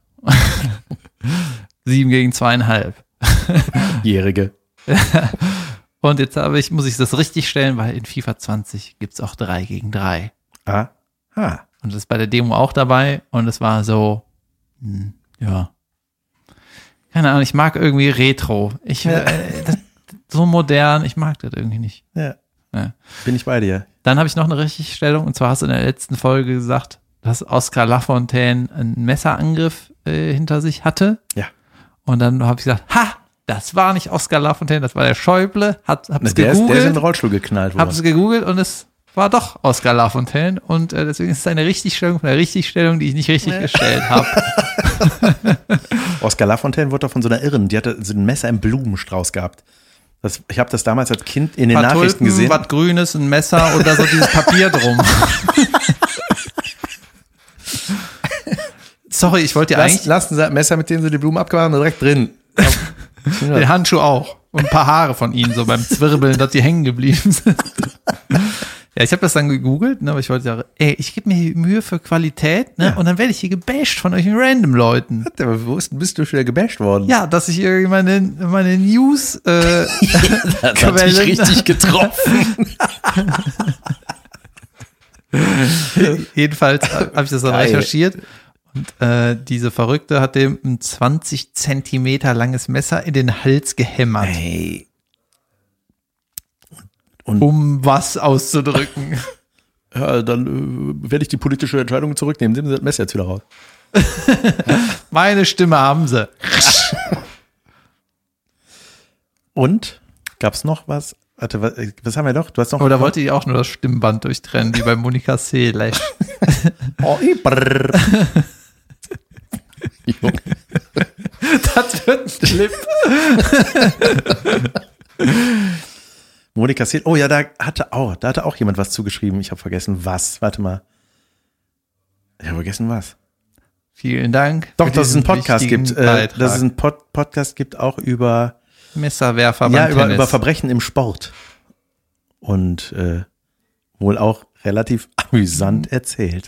[SPEAKER 2] 7 gegen 2,5.
[SPEAKER 1] Jährige.
[SPEAKER 2] Und jetzt muss ich das richtig stellen, weil in FIFA 20 gibt's auch 3 gegen 3.
[SPEAKER 1] Ah.
[SPEAKER 2] Und das ist bei der Demo auch dabei und es war so, ja. Keine Ahnung, ich mag irgendwie Retro. So modern, ich mag das irgendwie nicht.
[SPEAKER 1] Ja.
[SPEAKER 2] Ja.
[SPEAKER 1] Bin ich bei dir.
[SPEAKER 2] Dann habe ich noch eine Richtigstellung und zwar hast du in der letzten Folge gesagt, dass Oscar Lafontaine einen Messerangriff hinter sich hatte.
[SPEAKER 1] Ja.
[SPEAKER 2] Und dann habe ich gesagt, das war nicht Oscar Lafontaine, das war der Schäuble. Hab's
[SPEAKER 1] Der ist in den
[SPEAKER 2] gegoogelt,
[SPEAKER 1] Rollstuhl geknallt worden.
[SPEAKER 2] hab's gegoogelt und es war doch Oscar Lafontaine und deswegen ist es eine Richtigstellung von der Richtigstellung, die ich nicht richtig gestellt habe.
[SPEAKER 1] Oscar Lafontaine wurde doch von so einer Irren, die hatte so ein Messer im Blumenstrauß gehabt. Ich habe das damals als Kind in den Nachrichten gesehen.
[SPEAKER 2] Was Grünes, ein Messer und da so dieses Papier drum. Sorry, ich wollte dir eigentlich
[SPEAKER 1] Lass ein Messer, mit dem sie die Blumen abgemacht haben, direkt drin.
[SPEAKER 2] den Handschuh auch und ein paar Haare von ihnen so beim Zwirbeln, dass die hängen geblieben sind. Ja, ich habe das dann gegoogelt, ne, aber ich wollte sagen, ich gebe mir Mühe für Qualität, ne, und dann werde ich hier gebasht von euch random Leuten.
[SPEAKER 1] Aber wo bist du schon wieder gebasht worden?
[SPEAKER 2] Ja, dass ich irgendwie meine News
[SPEAKER 1] das hat mich richtig getroffen.
[SPEAKER 2] Jedenfalls habe ich das dann recherchiert und diese Verrückte hat dem ein 20 Zentimeter langes Messer in den Hals gehämmert.
[SPEAKER 1] Hey.
[SPEAKER 2] Um was auszudrücken.
[SPEAKER 1] Ja, dann werde ich die politische Entscheidung zurücknehmen. Nehmen Sie das Messer jetzt wieder raus.
[SPEAKER 2] Meine Stimme haben sie.
[SPEAKER 1] Und? Gab's noch was? Warte, was haben wir noch? Du hast noch.
[SPEAKER 2] Oder wollte ich auch nur das Stimmband durchtrennen, wie bei Monika Seles.
[SPEAKER 1] Oh, brrr.
[SPEAKER 2] Das wird ein Clip.
[SPEAKER 1] Monika Seles. Oh ja, da hatte auch jemand was zugeschrieben. Ich habe vergessen, was. Warte mal. Ich habe vergessen, was.
[SPEAKER 2] Vielen Dank.
[SPEAKER 1] Doch, dass es einen Podcast gibt.
[SPEAKER 2] Beitrag.
[SPEAKER 1] Dass es einen Podcast gibt, auch über
[SPEAKER 2] Messerwerfer beim
[SPEAKER 1] ja,
[SPEAKER 2] Tennis.
[SPEAKER 1] über Verbrechen im Sport. Und wohl auch relativ amüsant erzählt.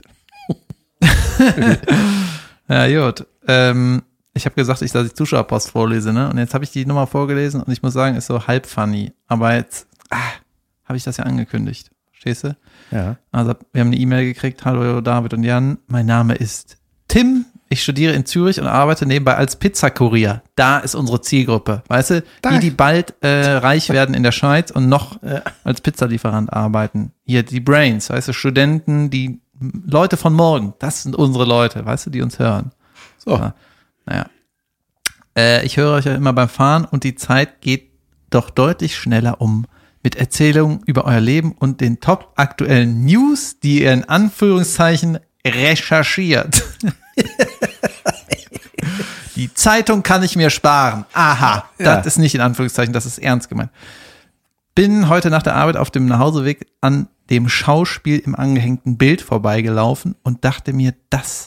[SPEAKER 2] Ja, gut. Ich habe gesagt, dass ich Zuschauerpost vorlese, ne? Und jetzt habe ich die Nummer vorgelesen und ich muss sagen, ist so halb funny. Aber jetzt habe ich das ja angekündigt. Verstehst du?
[SPEAKER 1] Ja.
[SPEAKER 2] Also wir haben eine E-Mail gekriegt. Hallo David und Jan, mein Name ist Tim. Ich studiere in Zürich und arbeite nebenbei als Pizzakurier. Da ist unsere Zielgruppe. Weißt du, die bald reich werden in der Schweiz und noch als Pizzalieferant arbeiten. Hier die Brains, weißt du, Studenten, die Leute von morgen. Das sind unsere Leute, weißt du, die uns hören.
[SPEAKER 1] So.
[SPEAKER 2] Naja. Ich höre euch ja immer beim Fahren und die Zeit geht doch deutlich schneller um mit Erzählungen über euer Leben und den top aktuellen News, die ihr in Anführungszeichen recherchiert. Die Zeitung kann ich mir sparen. Aha, das ist nicht in Anführungszeichen, das ist ernst gemeint. Bin heute nach der Arbeit auf dem Nachhauseweg an dem Schauspiel im angehängten Bild vorbeigelaufen und dachte mir, dass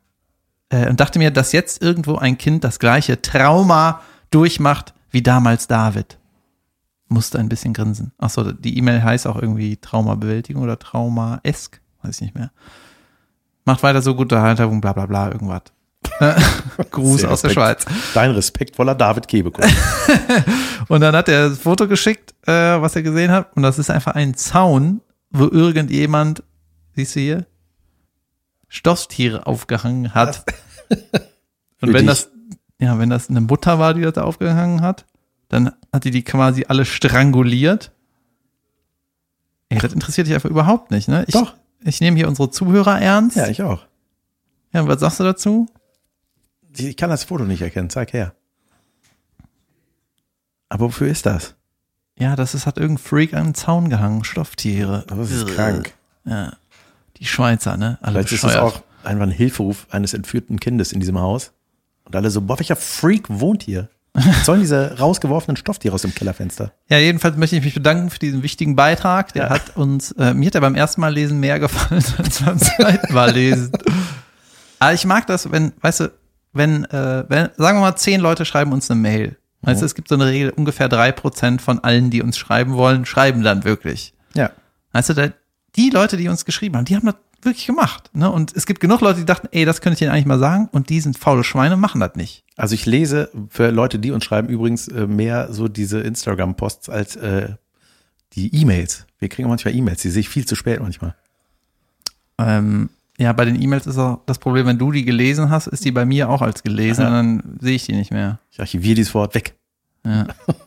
[SPEAKER 2] jetzt irgendwo ein Kind das gleiche Trauma durchmacht wie damals David. Musste ein bisschen grinsen. Achso, die E-Mail heißt auch irgendwie Traumabewältigung oder Trauma-esk, weiß ich nicht mehr. Macht weiter so, gute Haltung, bla bla bla, irgendwas. Gruß aus der Schweiz.
[SPEAKER 1] Dein respektvoller David Kebekus.
[SPEAKER 2] Und dann hat er das Foto geschickt, was er gesehen hat. Und das ist einfach ein Zaun, wo irgendjemand, siehst du hier, Stofftiere aufgehangen hat. Und wenn das eine Mutter war, die das da aufgehangen hat, dann hat die quasi alle stranguliert. Ey, das interessiert dich einfach überhaupt nicht, ne?
[SPEAKER 1] Doch.
[SPEAKER 2] Ich nehme hier unsere Zuhörer ernst.
[SPEAKER 1] Ja, ich auch.
[SPEAKER 2] Ja, was sagst du dazu?
[SPEAKER 1] Ich kann das Foto nicht erkennen. Zeig her. Aber wofür ist das?
[SPEAKER 2] Ja, hat irgendein Freak an den Zaun gehangen. Stofftiere.
[SPEAKER 1] Das ist krank.
[SPEAKER 2] Ja. Die Schweizer, ne? Alle
[SPEAKER 1] Vielleicht ist es auch einfach ein Hilferuf eines entführten Kindes in diesem Haus. Und alle so, boah, welcher Freak wohnt hier? Was sollen diese rausgeworfenen Stofftiere aus dem Kellerfenster?
[SPEAKER 2] Ja, jedenfalls möchte ich mich bedanken für diesen wichtigen Beitrag. Der hat uns, mir hat er beim ersten Mal lesen mehr gefallen als beim zweiten Mal lesen. Aber ich mag das, wenn, weißt du, wenn, sagen wir mal, 10 Leute schreiben uns eine Mail. Weißt du, es gibt so eine Regel, ungefähr 3% von allen, die uns schreiben wollen, schreiben dann wirklich.
[SPEAKER 1] Ja.
[SPEAKER 2] Weißt du, die Leute, die uns geschrieben haben, die haben das wirklich gemacht. Ne? Und es gibt genug Leute, die dachten, ey, das könnte ich ihnen eigentlich mal sagen. Und die sind faule Schweine, machen das nicht.
[SPEAKER 1] Also ich lese für Leute, die uns schreiben, übrigens mehr so diese Instagram-Posts als die E-Mails. Wir kriegen manchmal E-Mails, die sehe ich viel zu spät manchmal.
[SPEAKER 2] Ja, bei den E-Mails ist auch das Problem, wenn du die gelesen hast, ist die bei mir auch als gelesen und dann sehe ich die nicht mehr.
[SPEAKER 1] Ich archiviere dieses Wort weg.
[SPEAKER 2] Ja.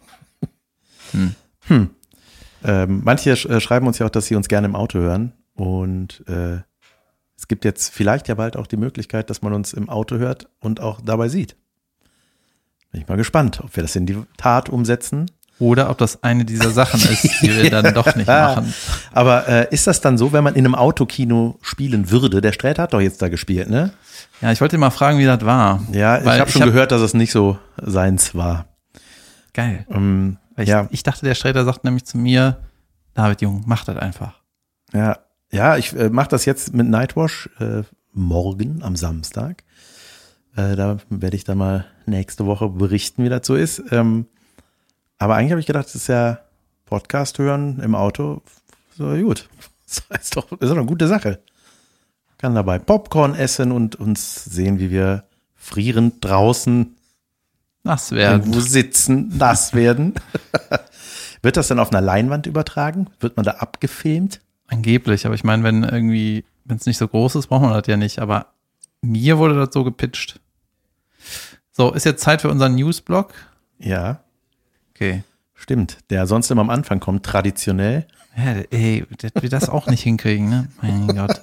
[SPEAKER 1] Manche schreiben uns ja auch, dass sie uns gerne im Auto hören. Und es gibt jetzt vielleicht ja bald auch die Möglichkeit, dass man uns im Auto hört und auch dabei sieht. Bin ich mal gespannt, ob wir das in die Tat umsetzen.
[SPEAKER 2] Oder ob das eine dieser Sachen ist, die wir dann doch nicht machen.
[SPEAKER 1] Aber ist das dann so, wenn man in einem Autokino spielen würde? Der Sträter hat doch jetzt da gespielt, ne?
[SPEAKER 2] Ja, ich wollte mal fragen, wie das war.
[SPEAKER 1] Ja, ich habe schon gehört, dass es nicht so seins war.
[SPEAKER 2] Geil. Ich dachte, der Sträter sagt nämlich zu mir, David Jung, mach das einfach.
[SPEAKER 1] Ja, ich mache das jetzt mit Nightwash morgen am Samstag. Da werde ich dann mal nächste Woche berichten, wie das so ist. Aber eigentlich habe ich gedacht, das ist ja Podcast hören im Auto. So gut. Das ist doch eine gute Sache. Kann dabei Popcorn essen und uns sehen, wie wir frierend draußen
[SPEAKER 2] nass werden.
[SPEAKER 1] irgendwo sitzen, nass werden. Wird das dann auf einer Leinwand übertragen? Wird man da abgefilmt?
[SPEAKER 2] Angeblich, aber ich meine, wenn es nicht so groß ist, braucht man das ja nicht. Aber mir wurde das so gepitcht. So, ist jetzt Zeit für unseren Newsblock?
[SPEAKER 1] Ja.
[SPEAKER 2] Okay.
[SPEAKER 1] Stimmt, der sonst immer am Anfang kommt, traditionell.
[SPEAKER 2] Ja, ey, wir das auch nicht hinkriegen, ne? Mein Gott.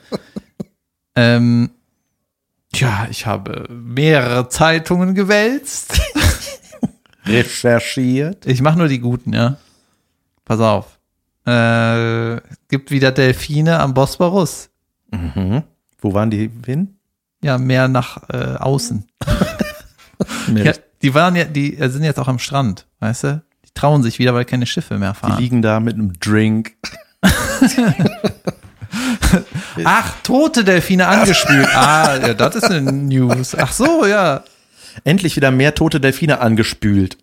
[SPEAKER 2] Tja, ich habe mehrere Zeitungen gewälzt.
[SPEAKER 1] Recherchiert.
[SPEAKER 2] Ich mache nur die guten, ja. Pass auf. Gibt wieder Delfine am Bosporus.
[SPEAKER 1] Mhm. Wo waren die hin?
[SPEAKER 2] Ja, mehr nach außen. Ja, die sind jetzt auch am Strand, weißt du? Die trauen sich wieder, weil keine Schiffe mehr fahren.
[SPEAKER 1] Die liegen da mit einem Drink.
[SPEAKER 2] Ach, tote Delfine angespült. Ja, das ist eine News. Ach so, ja.
[SPEAKER 1] Endlich wieder mehr tote Delfine angespült.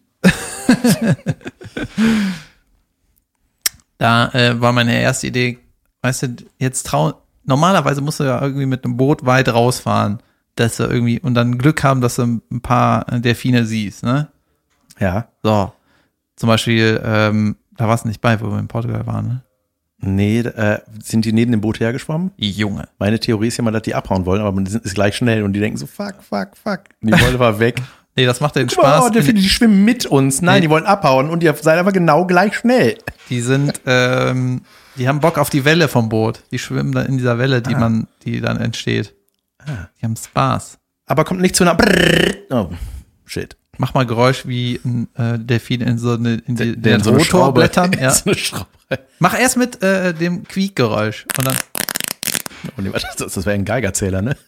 [SPEAKER 2] Da war meine erste Idee, weißt du, normalerweise musst du ja irgendwie mit einem Boot weit rausfahren, dass du irgendwie, und dann Glück haben, dass du ein paar Delfine siehst, ne?
[SPEAKER 1] Ja.
[SPEAKER 2] So. Zum Beispiel, da warst du nicht bei, wo wir in Portugal waren, ne?
[SPEAKER 1] Nee, sind die neben dem Boot hergeschwommen?
[SPEAKER 2] Junge.
[SPEAKER 1] Meine Theorie ist ja mal, dass die abhauen wollen, aber die sind ist gleich schnell und die denken so, fuck. Und die Wolle war weg.
[SPEAKER 2] Nee, das macht den
[SPEAKER 1] Guck mal,
[SPEAKER 2] Spaß.
[SPEAKER 1] Delfine, die schwimmen mit uns. Nein,
[SPEAKER 2] Nee.
[SPEAKER 1] die wollen abhauen und die seid aber genau gleich schnell.
[SPEAKER 2] Die sind, die haben Bock auf die Welle vom Boot. Die schwimmen dann in dieser Welle, die dann entsteht. Die haben Spaß.
[SPEAKER 1] Aber kommt nicht zu einer Oh, shit.
[SPEAKER 2] Mach mal Geräusch wie ein Delfin in so eine, in
[SPEAKER 1] Der
[SPEAKER 2] den
[SPEAKER 1] in so eine
[SPEAKER 2] Rotor
[SPEAKER 1] Schraube.
[SPEAKER 2] blättern. Ja.
[SPEAKER 1] So eine Schraube.
[SPEAKER 2] Mach erst mit dem Quiekgeräusch und dann.
[SPEAKER 1] Oh, nee, das wäre ein Geigerzähler, ne?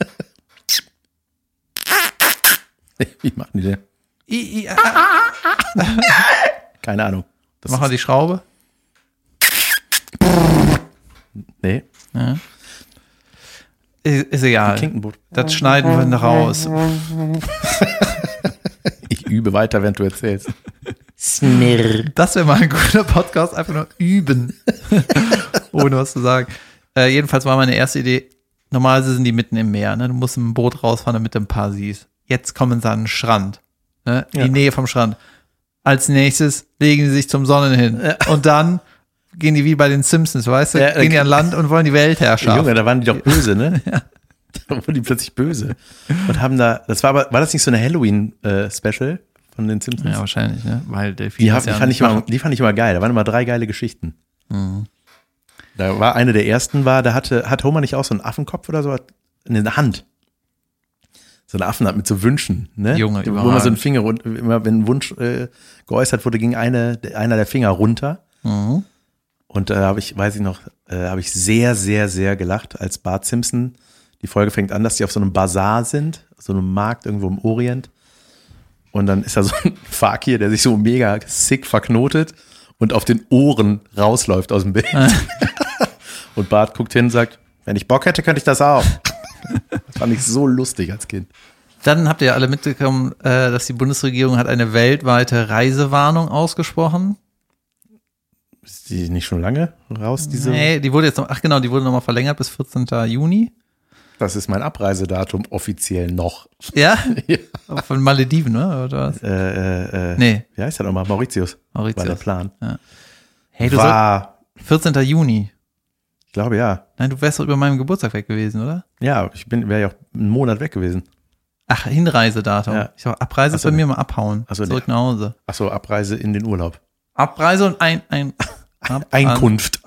[SPEAKER 1] Wie machen die denn? Keine Ahnung. Das
[SPEAKER 2] Mach mal die Schraube.
[SPEAKER 1] Nee,
[SPEAKER 2] Ja. Ist egal.
[SPEAKER 1] Klinkenboot.
[SPEAKER 2] Das schneiden wir noch raus.
[SPEAKER 1] Ich übe weiter, während du erzählst.
[SPEAKER 2] Das wäre mal ein guter Podcast, einfach nur üben. Ohne was zu sagen. Jedenfalls war meine erste Idee, normalerweise sind die mitten im Meer, ne? Du musst mit dem Boot rausfahren, damit du ein paar siehst. Jetzt kommen sie an den Strand. Ne?
[SPEAKER 1] Ja.
[SPEAKER 2] Die Nähe vom Strand. Als nächstes legen sie sich zum Sonnen hin.
[SPEAKER 1] Ja.
[SPEAKER 2] Und dann gehen die wie bei den Simpsons, weißt du?
[SPEAKER 1] Ja,
[SPEAKER 2] gehen die an Land und wollen die Weltherrschaft.
[SPEAKER 1] Junge, da waren die doch böse, ne?
[SPEAKER 2] Ja.
[SPEAKER 1] Da wurden die plötzlich böse. Und haben war das nicht so eine Halloween-Special von den Simpsons?
[SPEAKER 2] Ja, wahrscheinlich, ne? Weil Delfine
[SPEAKER 1] Die fand ich immer geil. Da waren immer 3 geile Geschichten.
[SPEAKER 2] Mhm.
[SPEAKER 1] Da war eine der ersten, da hat Homer nicht auch so einen Affenkopf oder so? In der Hand. So eine Affen hat mit so Wünschen, ne?
[SPEAKER 2] Junge,
[SPEAKER 1] wo man so einen Finger immer wenn ein Wunsch geäußert wurde, ging einer der Finger runter.
[SPEAKER 2] Mhm.
[SPEAKER 1] Und da habe ich sehr, sehr, sehr gelacht, als Bart Simpson, die Folge fängt an, dass die auf so einem Bazar sind, so einem Markt irgendwo im Orient. Und dann ist da so ein Fakir, der sich so mega sick verknotet und auf den Ohren rausläuft aus dem Bild. Und Bart guckt hin und sagt, wenn ich Bock hätte, könnte ich das auch. Das fand ich so lustig als Kind.
[SPEAKER 2] Dann habt ihr ja alle mitbekommen, dass die Bundesregierung hat eine weltweite Reisewarnung ausgesprochen.
[SPEAKER 1] Ist die nicht schon lange raus, diese?
[SPEAKER 2] Nee, die wurde nochmal verlängert bis 14. Juni.
[SPEAKER 1] Das ist mein Abreisedatum offiziell noch.
[SPEAKER 2] Ja?
[SPEAKER 1] Ja.
[SPEAKER 2] Von Malediven, ne? Oder was? Nee.
[SPEAKER 1] Wie heißt der nochmal? Mauritius. War der Plan.
[SPEAKER 2] Ja. Hey, du sollst 14. Juni.
[SPEAKER 1] Ich glaube, ja.
[SPEAKER 2] Nein, du wärst doch über meinem Geburtstag weg gewesen, oder?
[SPEAKER 1] Ja, wäre ja auch einen Monat weg gewesen.
[SPEAKER 2] Ach, Hinreisedatum.
[SPEAKER 1] Ja.
[SPEAKER 2] Ich sag, Abreise ist bei mir mal abhauen.
[SPEAKER 1] Ach so,
[SPEAKER 2] Zurück nach Hause.
[SPEAKER 1] Achso, Abreise in den Urlaub.
[SPEAKER 2] Abreise und
[SPEAKER 1] Einkunft.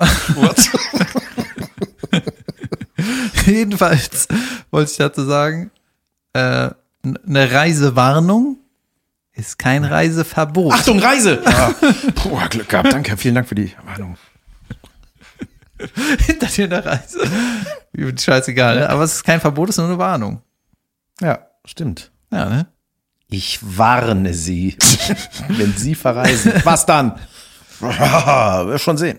[SPEAKER 2] Jedenfalls wollte ich dazu sagen, eine Reisewarnung ist kein Reiseverbot.
[SPEAKER 1] Achtung, Reise! Ja. Puh, Glück gehabt. Danke, vielen Dank für die Warnung.
[SPEAKER 2] Hinter dir eine Reise. Scheißegal, ne? Aber es ist kein Verbot, es ist nur eine Warnung.
[SPEAKER 1] Ja, stimmt.
[SPEAKER 2] Ja, ne?
[SPEAKER 1] Ich warne Sie, wenn Sie verreisen. Was dann? Wir schon sehen.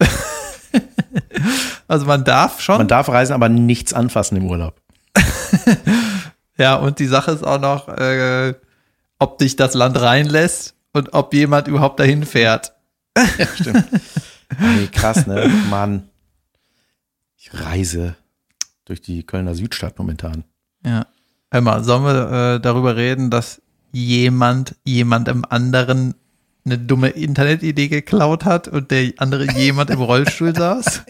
[SPEAKER 2] Also man darf schon.
[SPEAKER 1] Man darf reisen, aber nichts anfassen im Urlaub.
[SPEAKER 2] Ja, und die Sache ist auch noch, ob dich das Land reinlässt und ob jemand überhaupt dahin fährt.
[SPEAKER 1] Ja, stimmt. Hey, krass, ne? Mann. Ich reise durch die Kölner Südstadt momentan.
[SPEAKER 2] Ja. Hör mal, sollen wir darüber reden, dass jemandem anderen eine dumme Internetidee geklaut hat und der andere jemand im Rollstuhl saß?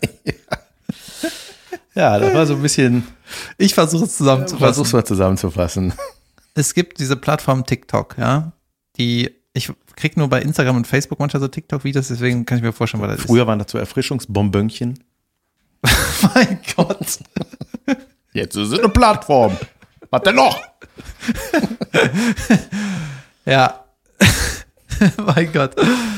[SPEAKER 1] Ja, das war so ein bisschen.
[SPEAKER 2] Ich versuche es zusammenzufassen.
[SPEAKER 1] Versuch's mal zusammenzufassen.
[SPEAKER 2] Es gibt diese Plattform TikTok, ja, die ich krieg nur bei Instagram und Facebook manchmal so TikTok-Videos, deswegen kann ich mir vorstellen, was das
[SPEAKER 1] Früher waren das so Erfrischungsbonbönchen.
[SPEAKER 2] Mein Gott.
[SPEAKER 1] Jetzt ist es eine Plattform. Was denn noch?
[SPEAKER 2] Ja. Mein Gott.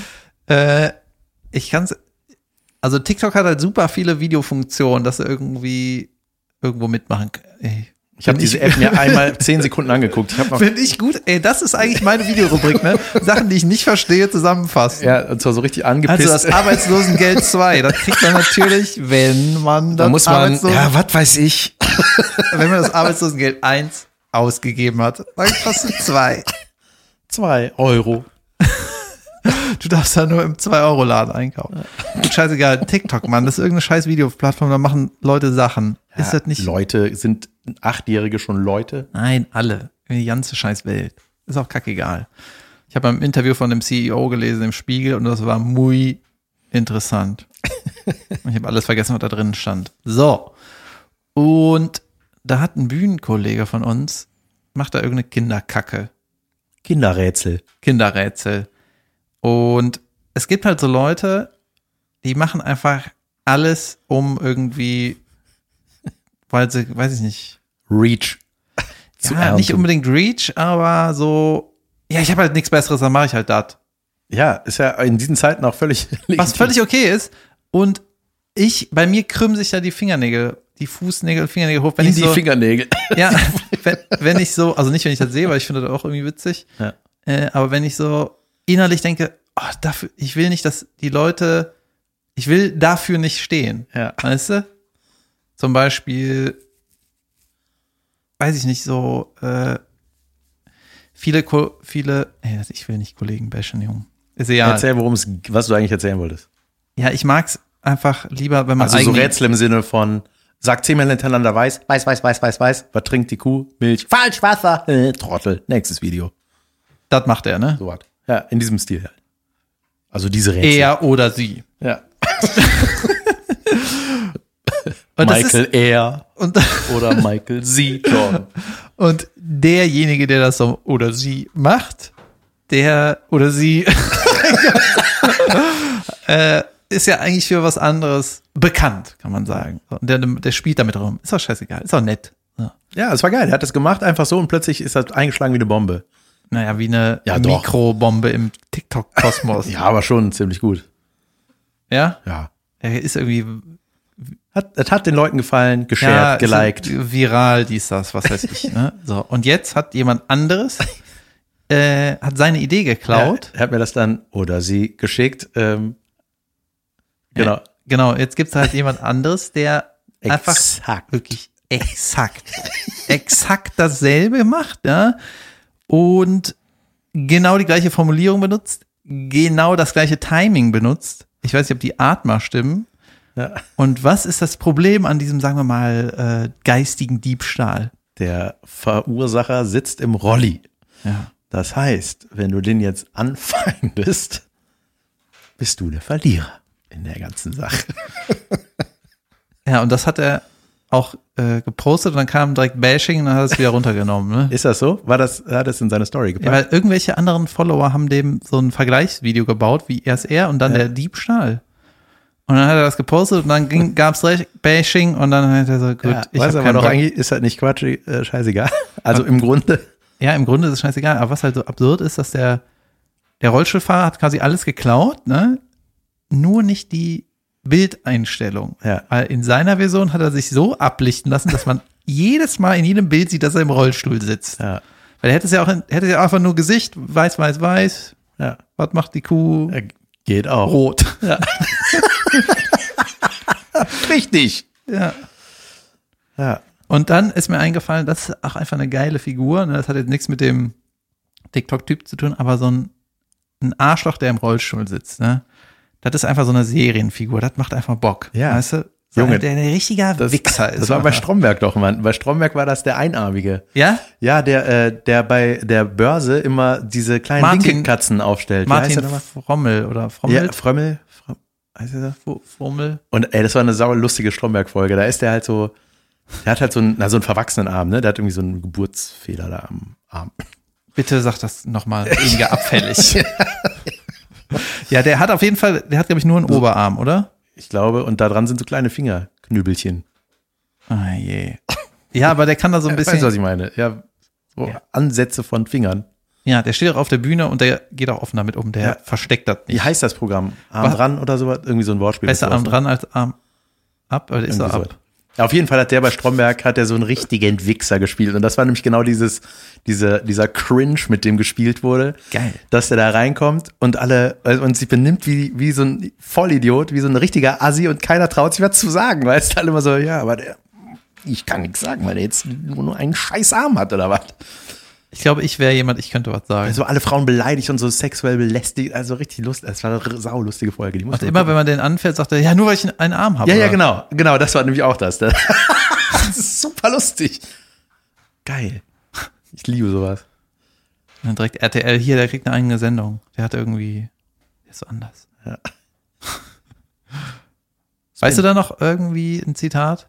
[SPEAKER 2] Ich kann's. Also TikTok hat halt super viele Videofunktionen, dass du irgendwie irgendwo mitmachen kannst.
[SPEAKER 1] Ich habe diese App mir einmal 10 Sekunden angeguckt.
[SPEAKER 2] Finde ich gut. Das ist eigentlich meine Videorubrik, ne? Sachen, die ich nicht verstehe, zusammenfassen.
[SPEAKER 1] Ja, und zwar so richtig angepisst.
[SPEAKER 2] Also das Arbeitslosengeld 2, das kriegt man natürlich, wenn man das
[SPEAKER 1] da muss man, ja, was weiß ich.
[SPEAKER 2] Wenn man das Arbeitslosengeld 1 ausgegeben hat, dann kostet 2.
[SPEAKER 1] 2 Euro.
[SPEAKER 2] Du darfst ja nur im 2-Euro-Laden einkaufen. Scheißegal, TikTok, Mann, das ist irgendeine scheiß Videoplattform, da machen Leute Sachen.
[SPEAKER 1] Ja,
[SPEAKER 2] ist das nicht?
[SPEAKER 1] Leute, sind 8-Jährige schon Leute?
[SPEAKER 2] Nein, alle. Die ganze scheiß Welt. Ist auch kackegal. Ich habe ein Interview von dem CEO gelesen im Spiegel und das war muy interessant. Ich habe alles vergessen, was da drin stand. So. Und da hat ein Bühnenkollege von uns, macht da irgendeine Kinderkacke.
[SPEAKER 1] Kinderrätsel.
[SPEAKER 2] Und es gibt halt so Leute, die machen einfach alles, um irgendwie, weil sie, weiß ich nicht.
[SPEAKER 1] Reach.
[SPEAKER 2] Ja, nicht unbedingt Reach, aber so, ja, ich habe halt nichts Besseres, dann mache ich halt das.
[SPEAKER 1] Ja, ist ja in diesen Zeiten auch völlig legitim.
[SPEAKER 2] Was völlig okay ist. Und bei mir krümmen sich da die Fingernägel, die Fußnägel und Fingernägel hoch. Wenn
[SPEAKER 1] in
[SPEAKER 2] ich
[SPEAKER 1] die
[SPEAKER 2] so,
[SPEAKER 1] Fingernägel.
[SPEAKER 2] Ja, wenn ich so, also nicht, wenn ich das sehe, weil ich finde das auch irgendwie witzig.
[SPEAKER 1] Ja.
[SPEAKER 2] Aber wenn ich so innerlich denke, ich will nicht, dass die Leute, ich will dafür nicht stehen.
[SPEAKER 1] Ja.
[SPEAKER 2] Weißt du? Zum Beispiel, weiß ich nicht, so, viele, ich will nicht Kollegen bashen, Junge. Ist egal.
[SPEAKER 1] Erzähl, was du eigentlich erzählen wolltest.
[SPEAKER 2] Ja, ich mag's einfach lieber, wenn man
[SPEAKER 1] also so Rätsel im Sinne von, sag 10-mal hintereinander weiß. Was trinkt die Kuh? Milch. Falsch, Wasser. Trottel. Nächstes Video.
[SPEAKER 2] Das macht er, ne?
[SPEAKER 1] So was. Ja, in diesem Stil halt. Also diese Rätsel.
[SPEAKER 2] Er oder sie.
[SPEAKER 1] Ja.
[SPEAKER 2] Und
[SPEAKER 1] Michael R.
[SPEAKER 2] Und,
[SPEAKER 1] oder Michael Z. Jordan.
[SPEAKER 2] Und derjenige, der das so oder sie macht, der oder sie ist ja eigentlich für was anderes bekannt, kann man sagen. Und der spielt damit rum. Ist doch scheißegal, ist doch nett.
[SPEAKER 1] Ja, es war geil. Er hat das gemacht einfach so und plötzlich ist das eingeschlagen wie eine Bombe.
[SPEAKER 2] Naja, wie eine
[SPEAKER 1] Ja,
[SPEAKER 2] Mikrobombe im TikTok-Kosmos.
[SPEAKER 1] Ja, aber schon ziemlich gut.
[SPEAKER 2] Ja?
[SPEAKER 1] Ja.
[SPEAKER 2] Er ist irgendwie
[SPEAKER 1] Es hat den Leuten gefallen, geshared, geliked.
[SPEAKER 2] Viral, dies, das, was weiß ich. Ne? So. Und jetzt hat jemand anderes hat seine Idee geklaut.
[SPEAKER 1] Er hat mir das dann oder sie geschickt. Genau.
[SPEAKER 2] Genau, jetzt gibt es halt jemand anderes, der einfach
[SPEAKER 1] Exakt.
[SPEAKER 2] wirklich exakt dasselbe macht, ja, und genau die gleiche Formulierung benutzt, genau das gleiche Timing benutzt. Ich weiß nicht, ob die Art mal stimmen.
[SPEAKER 1] Ja.
[SPEAKER 2] Und was ist das Problem an diesem, sagen wir mal, geistigen Diebstahl?
[SPEAKER 1] Der Verursacher sitzt im Rolli.
[SPEAKER 2] Ja.
[SPEAKER 1] Das heißt, wenn du den jetzt anfeindest, bist du der Verlierer in der ganzen Sache.
[SPEAKER 2] Ja, und das hat er auch gepostet und dann kam direkt Bashing und dann hat er es wieder runtergenommen. Ne?
[SPEAKER 1] Ist das so? Hat das in seine Story gepackt?
[SPEAKER 2] Ja, weil irgendwelche anderen Follower haben dem so ein Vergleichsvideo gebaut, wie erst er und dann der Diebstahl. Und dann hat er das gepostet und dann gab es Bashing und dann hat er so, gut,
[SPEAKER 1] Ja,
[SPEAKER 2] ich
[SPEAKER 1] weiß
[SPEAKER 2] hab
[SPEAKER 1] aber doch
[SPEAKER 2] Bock.
[SPEAKER 1] eigentlich, ist das nicht Quatsch, scheißegal. Also im Grunde.
[SPEAKER 2] Ja, im Grunde ist es scheißegal. Aber was halt so absurd ist, dass der Rollstuhlfahrer hat quasi alles geklaut, ne? Nur nicht die Bildeinstellung.
[SPEAKER 1] Ja.
[SPEAKER 2] Weil in seiner Version hat er sich so ablichten lassen, dass man jedes Mal in jedem Bild sieht, dass er im Rollstuhl sitzt.
[SPEAKER 1] Ja.
[SPEAKER 2] Weil er hätte ja einfach nur Gesicht, weiß.
[SPEAKER 1] Ja.
[SPEAKER 2] Was macht die Kuh?
[SPEAKER 1] Geht auch.
[SPEAKER 2] Rot.
[SPEAKER 1] Ja. Richtig.
[SPEAKER 2] Ja.
[SPEAKER 1] Ja.
[SPEAKER 2] Und dann ist mir eingefallen, das ist auch einfach eine geile Figur. Ne? Das hat jetzt nichts mit dem TikTok-Typ zu tun, aber so ein Arschloch, der im Rollstuhl sitzt. Ne? Das ist einfach so eine Serienfigur. Das macht einfach Bock.
[SPEAKER 1] Ja.
[SPEAKER 2] Weißt du?
[SPEAKER 1] Junge,
[SPEAKER 2] der ein richtiger Wichser ist.
[SPEAKER 1] Das war bei Stromberg doch, Mann. Bei Stromberg war das der Einarmige.
[SPEAKER 2] Ja?
[SPEAKER 1] Ja, der bei der Börse immer diese kleinen Winkelkatzen aufstellt.
[SPEAKER 2] Martin Frommel oder Frommel?
[SPEAKER 1] Ja, Frömmel. Heißt der so?
[SPEAKER 2] Frommel.
[SPEAKER 1] Und das war eine sauer lustige Stromberg-Folge. Da ist der halt so, der hat halt so einen verwachsenen Arm, ne? Der hat irgendwie so einen Geburtsfehler da am Arm.
[SPEAKER 2] Bitte sag das nochmal weniger abfällig. Ja, der hat auf jeden Fall, glaube ich, nur einen Oberarm, oder?
[SPEAKER 1] Ich glaube, und da dran sind so kleine Fingerknübelchen.
[SPEAKER 2] Ah je. Ja, aber der kann da so ein bisschen.
[SPEAKER 1] Weißt du, was ich meine? Ja, so Ansätze von Fingern.
[SPEAKER 2] Ja, der steht auch auf der Bühne und der geht auch offen damit um. Der versteckt das nicht.
[SPEAKER 1] Wie heißt das Programm? Arm dran oder sowas? Irgendwie so ein Wortspiel.
[SPEAKER 2] Besser Arm dran als Arm ab, oder ist er ab?
[SPEAKER 1] Ja, auf jeden Fall hat der bei Stromberg so einen richtigen Wichser gespielt. Und das war nämlich genau dieser Cringe, mit dem gespielt wurde.
[SPEAKER 2] Geil.
[SPEAKER 1] Dass der da reinkommt und und sich benimmt wie so ein Vollidiot, wie so ein richtiger Assi und keiner traut sich was zu sagen. Weil es alle immer so, ja, aber ich kann nichts sagen, weil der jetzt nur einen scheiß Arm hat oder was.
[SPEAKER 2] Ich glaube, ich wäre jemand, ich könnte was sagen.
[SPEAKER 1] Also alle Frauen beleidigt und so sexuell belästigt, also richtig lustig. Das war eine saulustige Folge.
[SPEAKER 2] Und immer, wenn man den anfällt, sagt er, ja, nur weil ich einen Arm habe.
[SPEAKER 1] Ja, genau, das war nämlich auch das. Das ist super lustig. Geil. Ich liebe sowas.
[SPEAKER 2] Und dann direkt RTL hier, der kriegt eine eigene Sendung. Der ist so anders.
[SPEAKER 1] Ja.
[SPEAKER 2] Weißt du da noch irgendwie ein Zitat?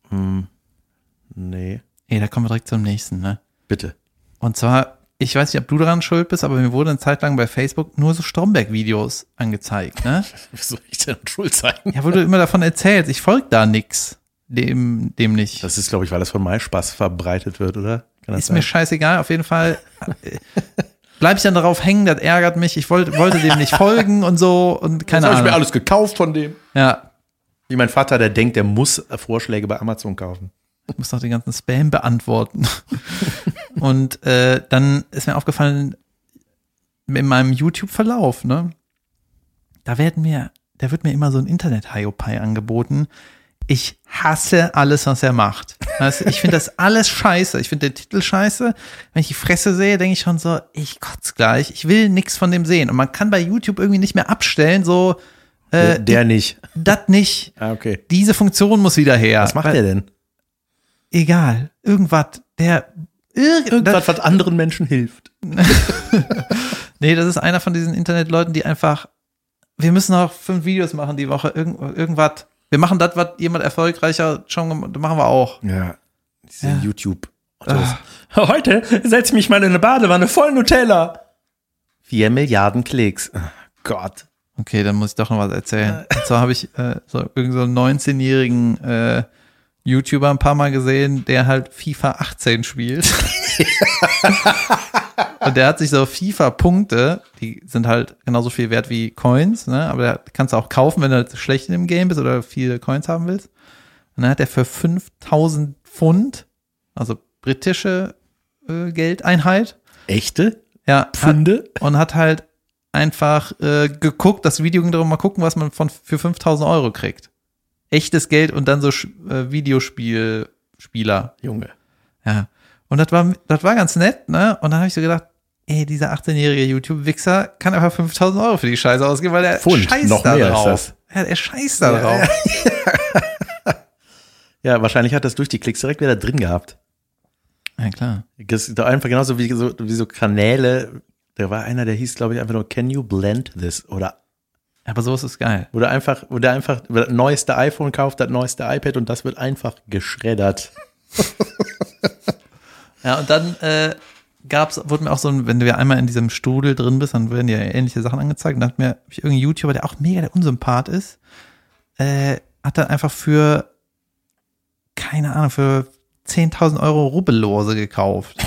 [SPEAKER 1] Nee.
[SPEAKER 2] Da kommen wir direkt zum nächsten, ne?
[SPEAKER 1] Bitte.
[SPEAKER 2] Und zwar, ich weiß nicht, ob du daran schuld bist, aber mir wurde eine Zeit lang bei Facebook nur so Stromberg-Videos angezeigt, ne?
[SPEAKER 1] Was soll ich denn schuld sein?
[SPEAKER 2] Ja, wo du immer davon erzählst, ich folge da nix. Dem nicht.
[SPEAKER 1] Das ist, glaube ich, weil das von MySpaß verbreitet wird, oder?
[SPEAKER 2] Ist mir scheißegal, auf jeden Fall bleib ich dann darauf hängen, das ärgert mich. Ich wollte dem nicht folgen und so und keine Ahnung.
[SPEAKER 1] Habe ich mir alles gekauft von dem.
[SPEAKER 2] Ja.
[SPEAKER 1] Wie mein Vater, der denkt, der muss Vorschläge bei Amazon kaufen.
[SPEAKER 2] Ich muss doch den ganzen Spam beantworten. Und dann ist mir aufgefallen, in meinem YouTube-Verlauf, ne, da wird mir immer so ein Internet-Hiopai angeboten. Ich hasse alles, was er macht. Also ich finde das alles scheiße. Ich finde den Titel scheiße. Wenn ich die Fresse sehe, denke ich schon so, ich kotze gleich. Ich will nichts von dem sehen. Und man kann bei YouTube irgendwie nicht mehr abstellen, so
[SPEAKER 1] der nicht.
[SPEAKER 2] Das nicht.
[SPEAKER 1] Ah, okay.
[SPEAKER 2] Diese Funktion muss wieder her.
[SPEAKER 1] Was macht der denn?
[SPEAKER 2] Egal. Irgendwas,
[SPEAKER 1] was anderen Menschen hilft.
[SPEAKER 2] Nee, das ist einer von diesen Internetleuten, die einfach, wir müssen noch 5 Videos machen die Woche, irgendwas. Wir machen das, was jemand erfolgreicher schon gemacht, machen wir auch.
[SPEAKER 1] Ja, diese YouTube. Heute setze ich mich mal in eine Badewanne voll Nutella. 4 Milliarden Klicks. Oh Gott.
[SPEAKER 2] Okay, dann muss ich doch noch was erzählen. Und zwar habe ich irgend so einen 19-jährigen YouTuber ein paar Mal gesehen, der halt FIFA 18 spielt. Und der hat sich so FIFA-Punkte, die sind halt genauso viel wert wie Coins, ne? Aber kannst du auch kaufen, wenn du halt schlecht in dem Game bist oder viele Coins haben willst. Und dann hat er für 5.000 Pfund, also britische Geldeinheit.
[SPEAKER 1] Echte?
[SPEAKER 2] Ja.
[SPEAKER 1] Pfunde?
[SPEAKER 2] Und hat halt einfach geguckt, das Video ging darum, mal gucken, was man für 5.000 Euro kriegt. Echtes Geld und dann so Videospieler.
[SPEAKER 1] Junge.
[SPEAKER 2] Ja. Und das war ganz nett, ne? Und dann habe ich so gedacht, dieser 18-jährige YouTube-Wichser kann einfach 5.000 Euro für die Scheiße ausgeben, weil der scheißt
[SPEAKER 1] noch
[SPEAKER 2] da
[SPEAKER 1] mehr
[SPEAKER 2] drauf.
[SPEAKER 1] ist das.
[SPEAKER 2] Ja, er scheißt da drauf.
[SPEAKER 1] Ja, wahrscheinlich hat das durch die Klicks direkt wieder drin gehabt.
[SPEAKER 2] Ja, klar.
[SPEAKER 1] Das ist doch einfach genauso wie so Kanäle. Da war einer, der hieß, glaube ich, einfach nur Can you blend this? Oder
[SPEAKER 2] aber sowas ist geil.
[SPEAKER 1] Wo der einfach das neueste iPhone kauft, das neueste iPad und das wird einfach geschreddert.
[SPEAKER 2] Ja, und dann wurde mir auch so, wenn du ja einmal in diesem Strudel drin bist, dann werden dir ähnliche Sachen angezeigt. Und dann hat mir irgendein YouTuber, der auch mega der Unsympath ist, hat dann einfach für, keine Ahnung, für 10.000 Euro Rubbellose gekauft.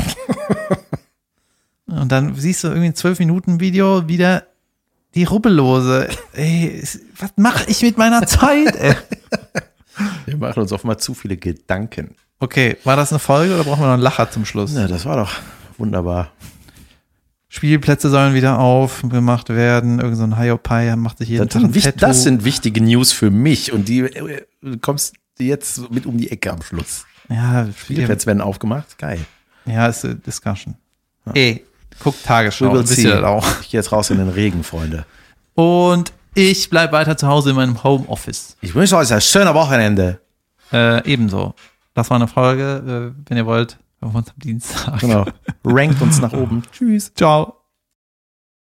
[SPEAKER 2] Und dann siehst du irgendwie ein 12-Minuten-Video wieder die Rubbellose. Ey, was mache ich mit meiner Zeit, ey?
[SPEAKER 1] Wir machen uns oft mal zu viele Gedanken.
[SPEAKER 2] Okay, war das eine Folge oder brauchen wir noch einen Lacher zum Schluss?
[SPEAKER 1] Ja, das war doch wunderbar.
[SPEAKER 2] Spielplätze sollen wieder aufgemacht werden. Irgend so ein Hiopai macht sich jeden Tag ein Tattoo.
[SPEAKER 1] Das sind wichtige News für mich und du kommst jetzt mit um die Ecke am Schluss.
[SPEAKER 2] Ja,
[SPEAKER 1] Spielplätze werden aufgemacht. Geil.
[SPEAKER 2] Ja, ist eine Discussion. Ja. Guckt Tagesschau,
[SPEAKER 1] wisst
[SPEAKER 2] ihr das auch.
[SPEAKER 1] Ich gehe jetzt raus in den Regen, Freunde.
[SPEAKER 2] Und Ich bleibe weiter zu Hause in meinem Homeoffice.
[SPEAKER 1] Ich wünsche euch ein schönes Wochenende.
[SPEAKER 2] Ebenso. Das war eine Folge. Wenn ihr wollt, hören wir uns am Dienstag.
[SPEAKER 1] Genau. Rankt uns nach oben.
[SPEAKER 2] Tschüss. Ciao.